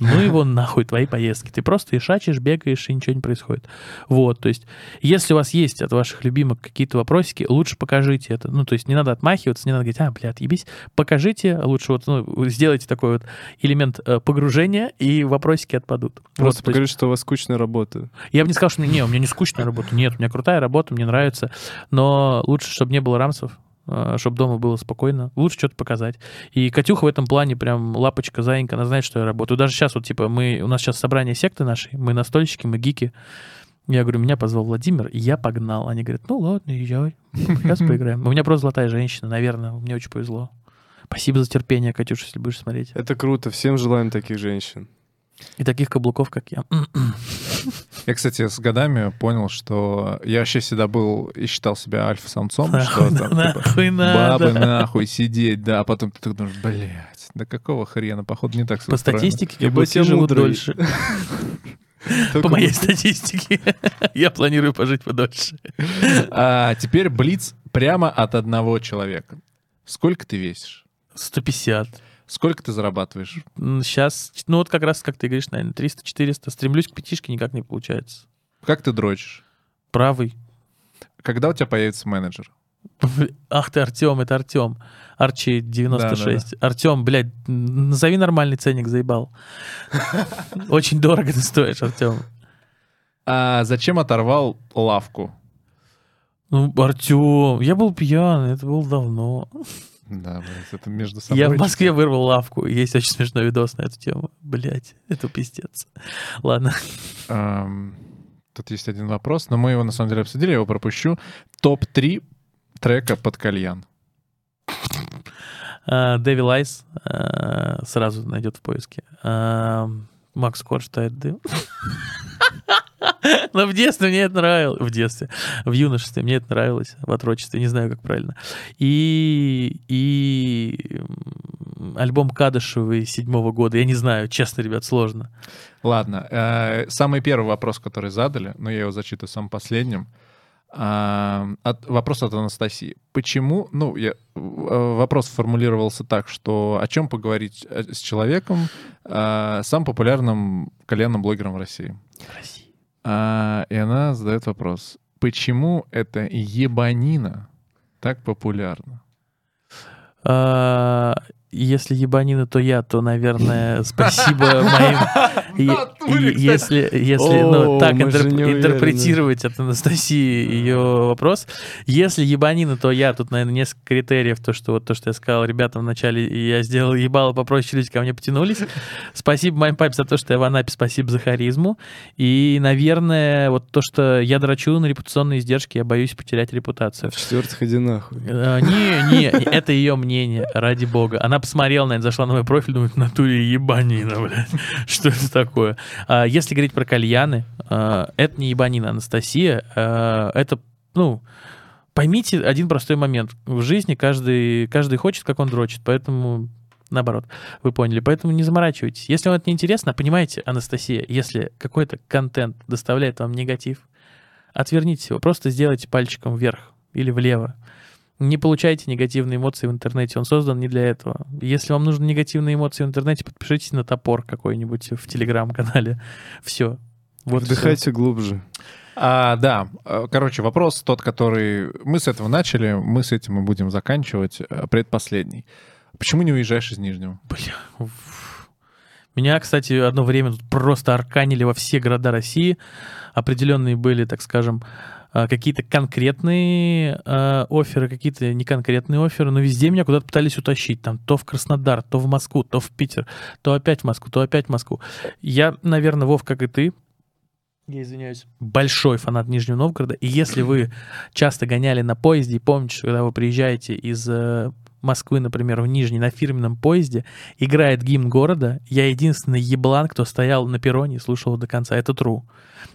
Speaker 3: Ну его нахуй, твои поездки. Ты просто ишачишь, бегаешь, и ничего не происходит. Вот, то есть, если у вас есть от ваших любимых какие-то вопросики, лучше покажите это. Ну, то есть, не надо отмахиваться, не надо говорить, бля, отъебись. Покажите, лучше вот, сделайте такой вот элемент погружения, и вопросики отпадут.
Speaker 4: Просто
Speaker 3: вот,
Speaker 4: покажи, что у вас скучная работа.
Speaker 3: Я бы не сказал, что у меня не скучная работа. Нет, у меня крутая работа, мне нравится. Но лучше, чтобы не было рамсов, чтобы дома было спокойно. Лучше что-то показать. И Катюха в этом плане прям лапочка, заинька, она знает, что я работаю. Даже сейчас вот, типа, у нас сейчас собрание секты нашей, мы настольщики, мы гики. Я говорю, меня позвал Владимир, и я погнал. Они говорят, ну ладно, езжай, сейчас поиграем. У меня просто золотая женщина, наверное, мне очень повезло. Спасибо за терпение, Катюша, если будешь смотреть.
Speaker 4: Это круто, всем желаем таких женщин.
Speaker 3: И таких каблуков, как я.
Speaker 2: Я, кстати, с годами понял, что я вообще всегда был и считал себя альфа-самцом, что там, типа,
Speaker 3: Нахуй надо.
Speaker 2: бабы нахуй сидеть, да, а потом ты так думаешь, блядь, да какого хрена, походу не так всё
Speaker 3: По
Speaker 2: устроено.
Speaker 3: статистике
Speaker 4: Ибо
Speaker 3: каблуки
Speaker 4: те
Speaker 3: живут
Speaker 4: мудрые.
Speaker 3: дольше. По моей статистике. Я планирую пожить подольше.
Speaker 2: А теперь блиц прямо от одного человека. Сколько ты весишь?
Speaker 3: 150.
Speaker 2: Сколько ты зарабатываешь?
Speaker 3: Сейчас, ну вот как раз, как ты говоришь, наверное, 300-400. Стремлюсь к пятишке, никак не получается.
Speaker 2: Как ты дрочишь?
Speaker 3: Правый.
Speaker 2: Когда у тебя появится менеджер?
Speaker 3: Ах ты, Артем, это Артем. Арчи 96. Артем, блядь, назови нормальный ценник, заебал. Очень дорого ты стоишь, Артем.
Speaker 2: А зачем оторвал лавку?
Speaker 3: Ну, Артем, я был пьяный, это было давно.
Speaker 2: Да, блядь, это между собой.
Speaker 3: Я в Москве вырвал лавку. Есть очень смешной видос на эту тему. Блядь, это пиздец. Ладно.
Speaker 2: Тут есть один вопрос, но мы его на самом деле обсудили, я его пропущу. Топ-3 трека под кальян.
Speaker 3: Devil Eyes сразу найдет в поиске. Макс Корж тает дым. Но в детстве мне это нравилось. В детстве. В юношестве мне это нравилось. В отрочестве. Не знаю, как правильно. И альбом Кадышевой 7-го года. Я не знаю. Честно, ребят, сложно.
Speaker 2: Ладно. Самый первый вопрос, который задали, но я его зачитаю самым последним. Вопрос от Анастасии. Почему, вопрос формулировался так, что о чем поговорить с человеком, самым популярным кальянным блогером в России. И она задает вопрос. Почему эта ебанина так популярна?
Speaker 3: Если ебанина, то я, то, наверное, спасибо моим... Если так интерпретировать от Анастасии ее вопрос. Если ебанина, то я. Тут, наверное, несколько критериев. То, что я сказал ребятам вначале, я сделал ебало попроще, люди ко мне потянулись. Спасибо моим папе за то, что я в Анапе, спасибо за харизму. И, наверное, вот то, что я дрочу на репутационные издержки, я боюсь потерять репутацию.
Speaker 4: В-четвертых, иди нахуй.
Speaker 3: Не, это ее мнение, ради бога. Она посмотрела, наверное, зашла на мой профиль, думает, в натуре ебанина, блядь. Что это такое? Если говорить про кальяны, это не ебанина, Анастасия. Это, поймите один простой момент. В жизни каждый хочет, как он дрочит, поэтому... Наоборот, вы поняли. Поэтому не заморачивайтесь. Если вам это не интересно, понимаете, Анастасия, если какой-то контент доставляет вам негатив, отвернитесь его. Просто сделайте пальчиком вверх или влево. Не получайте негативные эмоции в интернете. Он создан не для этого. Если вам нужны негативные эмоции в интернете, подпишитесь на топор какой-нибудь в телеграм-канале. Все. Вот
Speaker 4: вдыхайте глубже.
Speaker 2: Да. Короче, вопрос тот, который... Мы с этого начали, мы с этим и будем заканчивать. Предпоследний. Почему не уезжаешь из Нижнего?
Speaker 3: Бля. Меня, кстати, одно время тут просто арканили во все города России. Определенные были, так скажем, какие-то конкретные офферы, какие-то неконкретные офферы, но везде меня куда-то пытались утащить. Там то в Краснодар, то в Москву, то в Питер, то опять в Москву, то опять в Москву. Я, наверное, Вов, как и ты, я извиняюсь, большой фанат Нижнего Новгорода. И если вы часто гоняли на поезде и помните, что когда вы приезжаете из Москвы, например, в Нижний на фирменном поезде, играет гимн города, я единственный еблан, кто стоял на перроне и слушал до конца. Это true.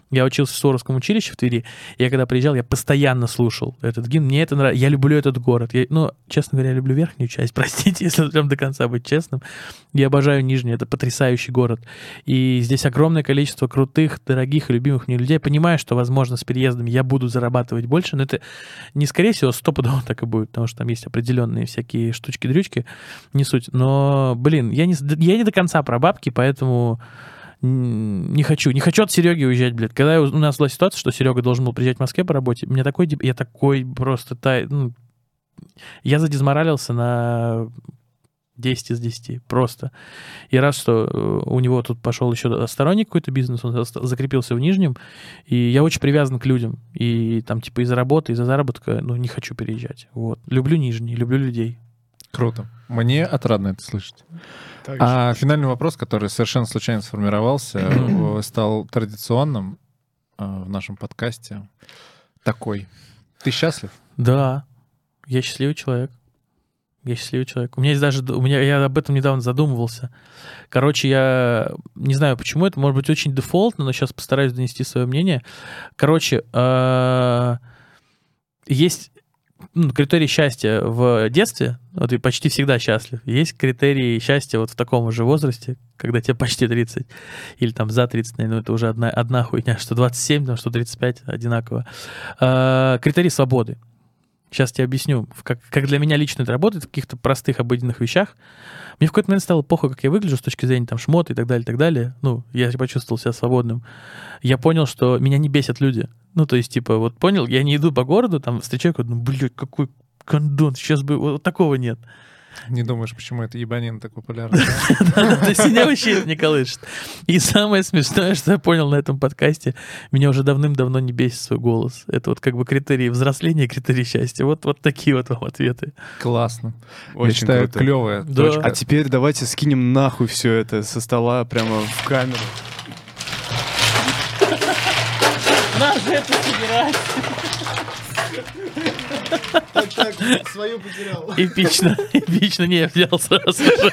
Speaker 3: Я учился в Суворовском училище в Твери. Я когда приезжал, я постоянно слушал этот гимн. Мне это нравится. Я люблю этот город. Честно говоря, я люблю верхнюю часть. Простите, если прям до конца быть честным. Я обожаю нижнюю. Это потрясающий город. И здесь огромное количество крутых, дорогих и любимых мне людей. Я понимаю, что, возможно, с переездами я буду зарабатывать больше, но это не, скорее всего, стопудово так и будет, потому что там есть определенные всякие штучки-дрючки. Не суть. Но, блин, я не до конца про бабки, поэтому... Не хочу от Сереги уезжать, блядь. Когда у нас была ситуация, что Серега должен был приезжать в Москве по работе, я такой просто... Я задизморалился на 10 из 10. Просто. И раз, что у него тут пошел еще сторонник какой-то бизнес, он закрепился в Нижнем, и я очень привязан к людям. И там типа из-за работы, из-за заработка, не хочу переезжать. Вот. Люблю Нижний, люблю людей.
Speaker 2: Круто. Мне отрадно это слышать. А финальный вопрос, который совершенно случайно сформировался, стал традиционным в нашем подкасте. Такой. Ты счастлив?
Speaker 3: Да. Я счастливый человек. У меня есть даже... Я об этом недавно задумывался. Короче, я не знаю, почему это. Может быть, очень дефолтно, но сейчас постараюсь донести свое мнение. Короче, есть... критерий счастья в детстве, вот ты почти всегда счастлив. Есть критерий счастья вот в таком же возрасте, когда тебе почти 30, или там за 30, наверное, это уже одна хуйня, что 27, там, что 35, одинаково. Критерий свободы. Сейчас тебе объясню, как для меня лично это работает в каких-то простых, обыденных вещах. Мне в какой-то момент стало похуй, как я выгляжу с точки зрения там шмота и так далее, и так далее. Я почувствовал себя свободным. Я понял, что меня не бесят люди. То есть, типа, вот понял, я не иду по городу, там, встречаю кого-то, блядь, какой кондон, сейчас бы... Вот такого нет.
Speaker 2: Не думаешь, почему это ебанина так популярна?
Speaker 3: То есть меня вообще это не колышет. И самое смешное, что я понял на этом подкасте, меня уже давным-давно не бесит свой голос. Это вот как бы критерии взросления, критерии счастья. Вот такие вот вам ответы.
Speaker 2: Классно.
Speaker 4: Очень
Speaker 2: Я считаю,
Speaker 4: круто.
Speaker 2: клевая
Speaker 3: Да.
Speaker 2: точка.
Speaker 4: А теперь давайте скинем нахуй все это со стола прямо в камеру.
Speaker 3: Надо это собирать.
Speaker 5: Так, свою потерял.
Speaker 3: Эпично. Не, я взял сразу же.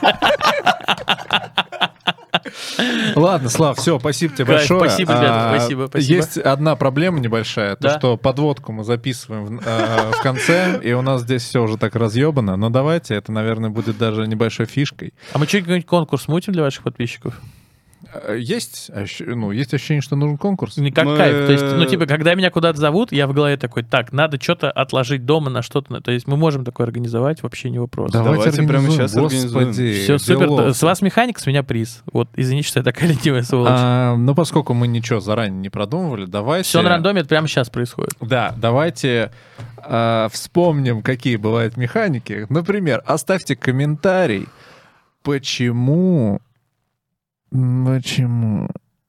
Speaker 2: Ладно, Слав, все, спасибо тебе
Speaker 3: Кайф,
Speaker 2: большое.
Speaker 3: спасибо, ребята, спасибо.
Speaker 2: Есть одна проблема небольшая,
Speaker 3: Да?
Speaker 2: то, что подводку мы записываем в конце, и у нас здесь все уже так разъебано, но давайте, это, наверное, будет даже небольшой фишкой.
Speaker 3: А мы что, какой-нибудь конкурс мутим для ваших подписчиков?
Speaker 2: Есть ощущение, что нужен конкурс?
Speaker 3: Не как
Speaker 4: Мы-
Speaker 3: кайф. То есть, когда меня куда-то зовут, я в голове такой, так, надо что-то отложить дома на что-то. То есть мы можем такое организовать, вообще не вопрос.
Speaker 4: Давайте прямо
Speaker 2: организуем,
Speaker 4: сейчас организуем.
Speaker 2: господи,
Speaker 3: Все супер.
Speaker 2: делов.
Speaker 3: С вас механик, с меня приз. Вот, извините, что я такая ленивая сволочь.
Speaker 2: Ну, поскольку мы ничего заранее не продумывали, давайте...
Speaker 3: Все на рандоме, это прямо сейчас происходит.
Speaker 2: Да, давайте вспомним, какие бывают механики. Например, оставьте комментарий, почему...
Speaker 3: Почему?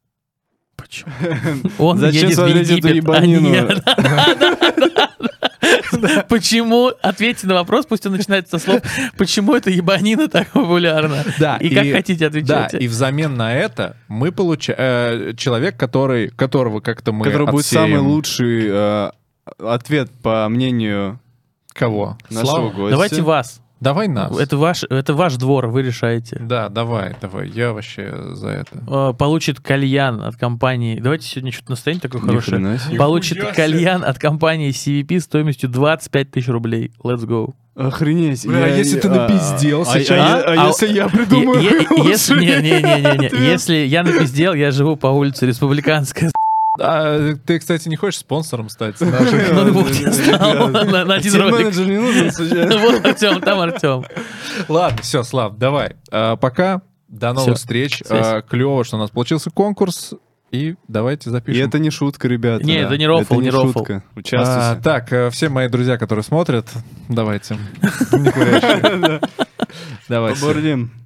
Speaker 3: Он
Speaker 4: Зачем
Speaker 3: едет в
Speaker 4: смотреть эту
Speaker 3: Египет,
Speaker 4: ебанину?
Speaker 3: Почему? Ответьте на вопрос, пусть он начинается со слов, почему эта ебанина так популярна?
Speaker 2: Да,
Speaker 3: И как хотите, отвечайте.
Speaker 2: Да, и взамен на это мы получаем... человек, которого как-то мы
Speaker 4: Который будет
Speaker 2: отсеем.
Speaker 4: самый лучший ответ, по мнению
Speaker 2: Кого?
Speaker 4: нашего
Speaker 2: Слава?
Speaker 4: гостя.
Speaker 3: Давайте вас.
Speaker 2: Давай нас.
Speaker 3: Это ваш двор, вы решаете.
Speaker 2: Да, давай. Я вообще за это.
Speaker 3: Получит кальян от компании... Давайте сегодня что-то настроение такое
Speaker 4: Ни
Speaker 3: хорошее.
Speaker 4: хрена себе.
Speaker 3: Получит кальян от компании CVP стоимостью 25 тысяч рублей. Let's go.
Speaker 4: Охренеть.
Speaker 2: Бля, если ты напиздел сейчас-
Speaker 4: если я придумаю лучше?
Speaker 3: Не-не-не. Если я напиздел, я живу по улице Республиканская.
Speaker 2: Ты, кстати, не хочешь спонсором стать?
Speaker 3: Ну, вот я стал на один ролик.
Speaker 4: Тим-менеджер не нужен сейчас.
Speaker 3: Вот Артем, там Артем.
Speaker 2: Ладно, все, Слав, давай. Пока. До новых
Speaker 3: Всё.
Speaker 2: встреч.
Speaker 3: Связь.
Speaker 2: Клево, что у нас получился конкурс. И давайте
Speaker 4: И
Speaker 2: запишем.
Speaker 4: это не шутка, ребята.
Speaker 3: Не, это не рофл,
Speaker 4: Это
Speaker 3: не рофл.
Speaker 4: шутка. Участвуйте.
Speaker 2: Так, все мои друзья, которые смотрят, давайте. Не курящие. Давайте.
Speaker 4: Побордим.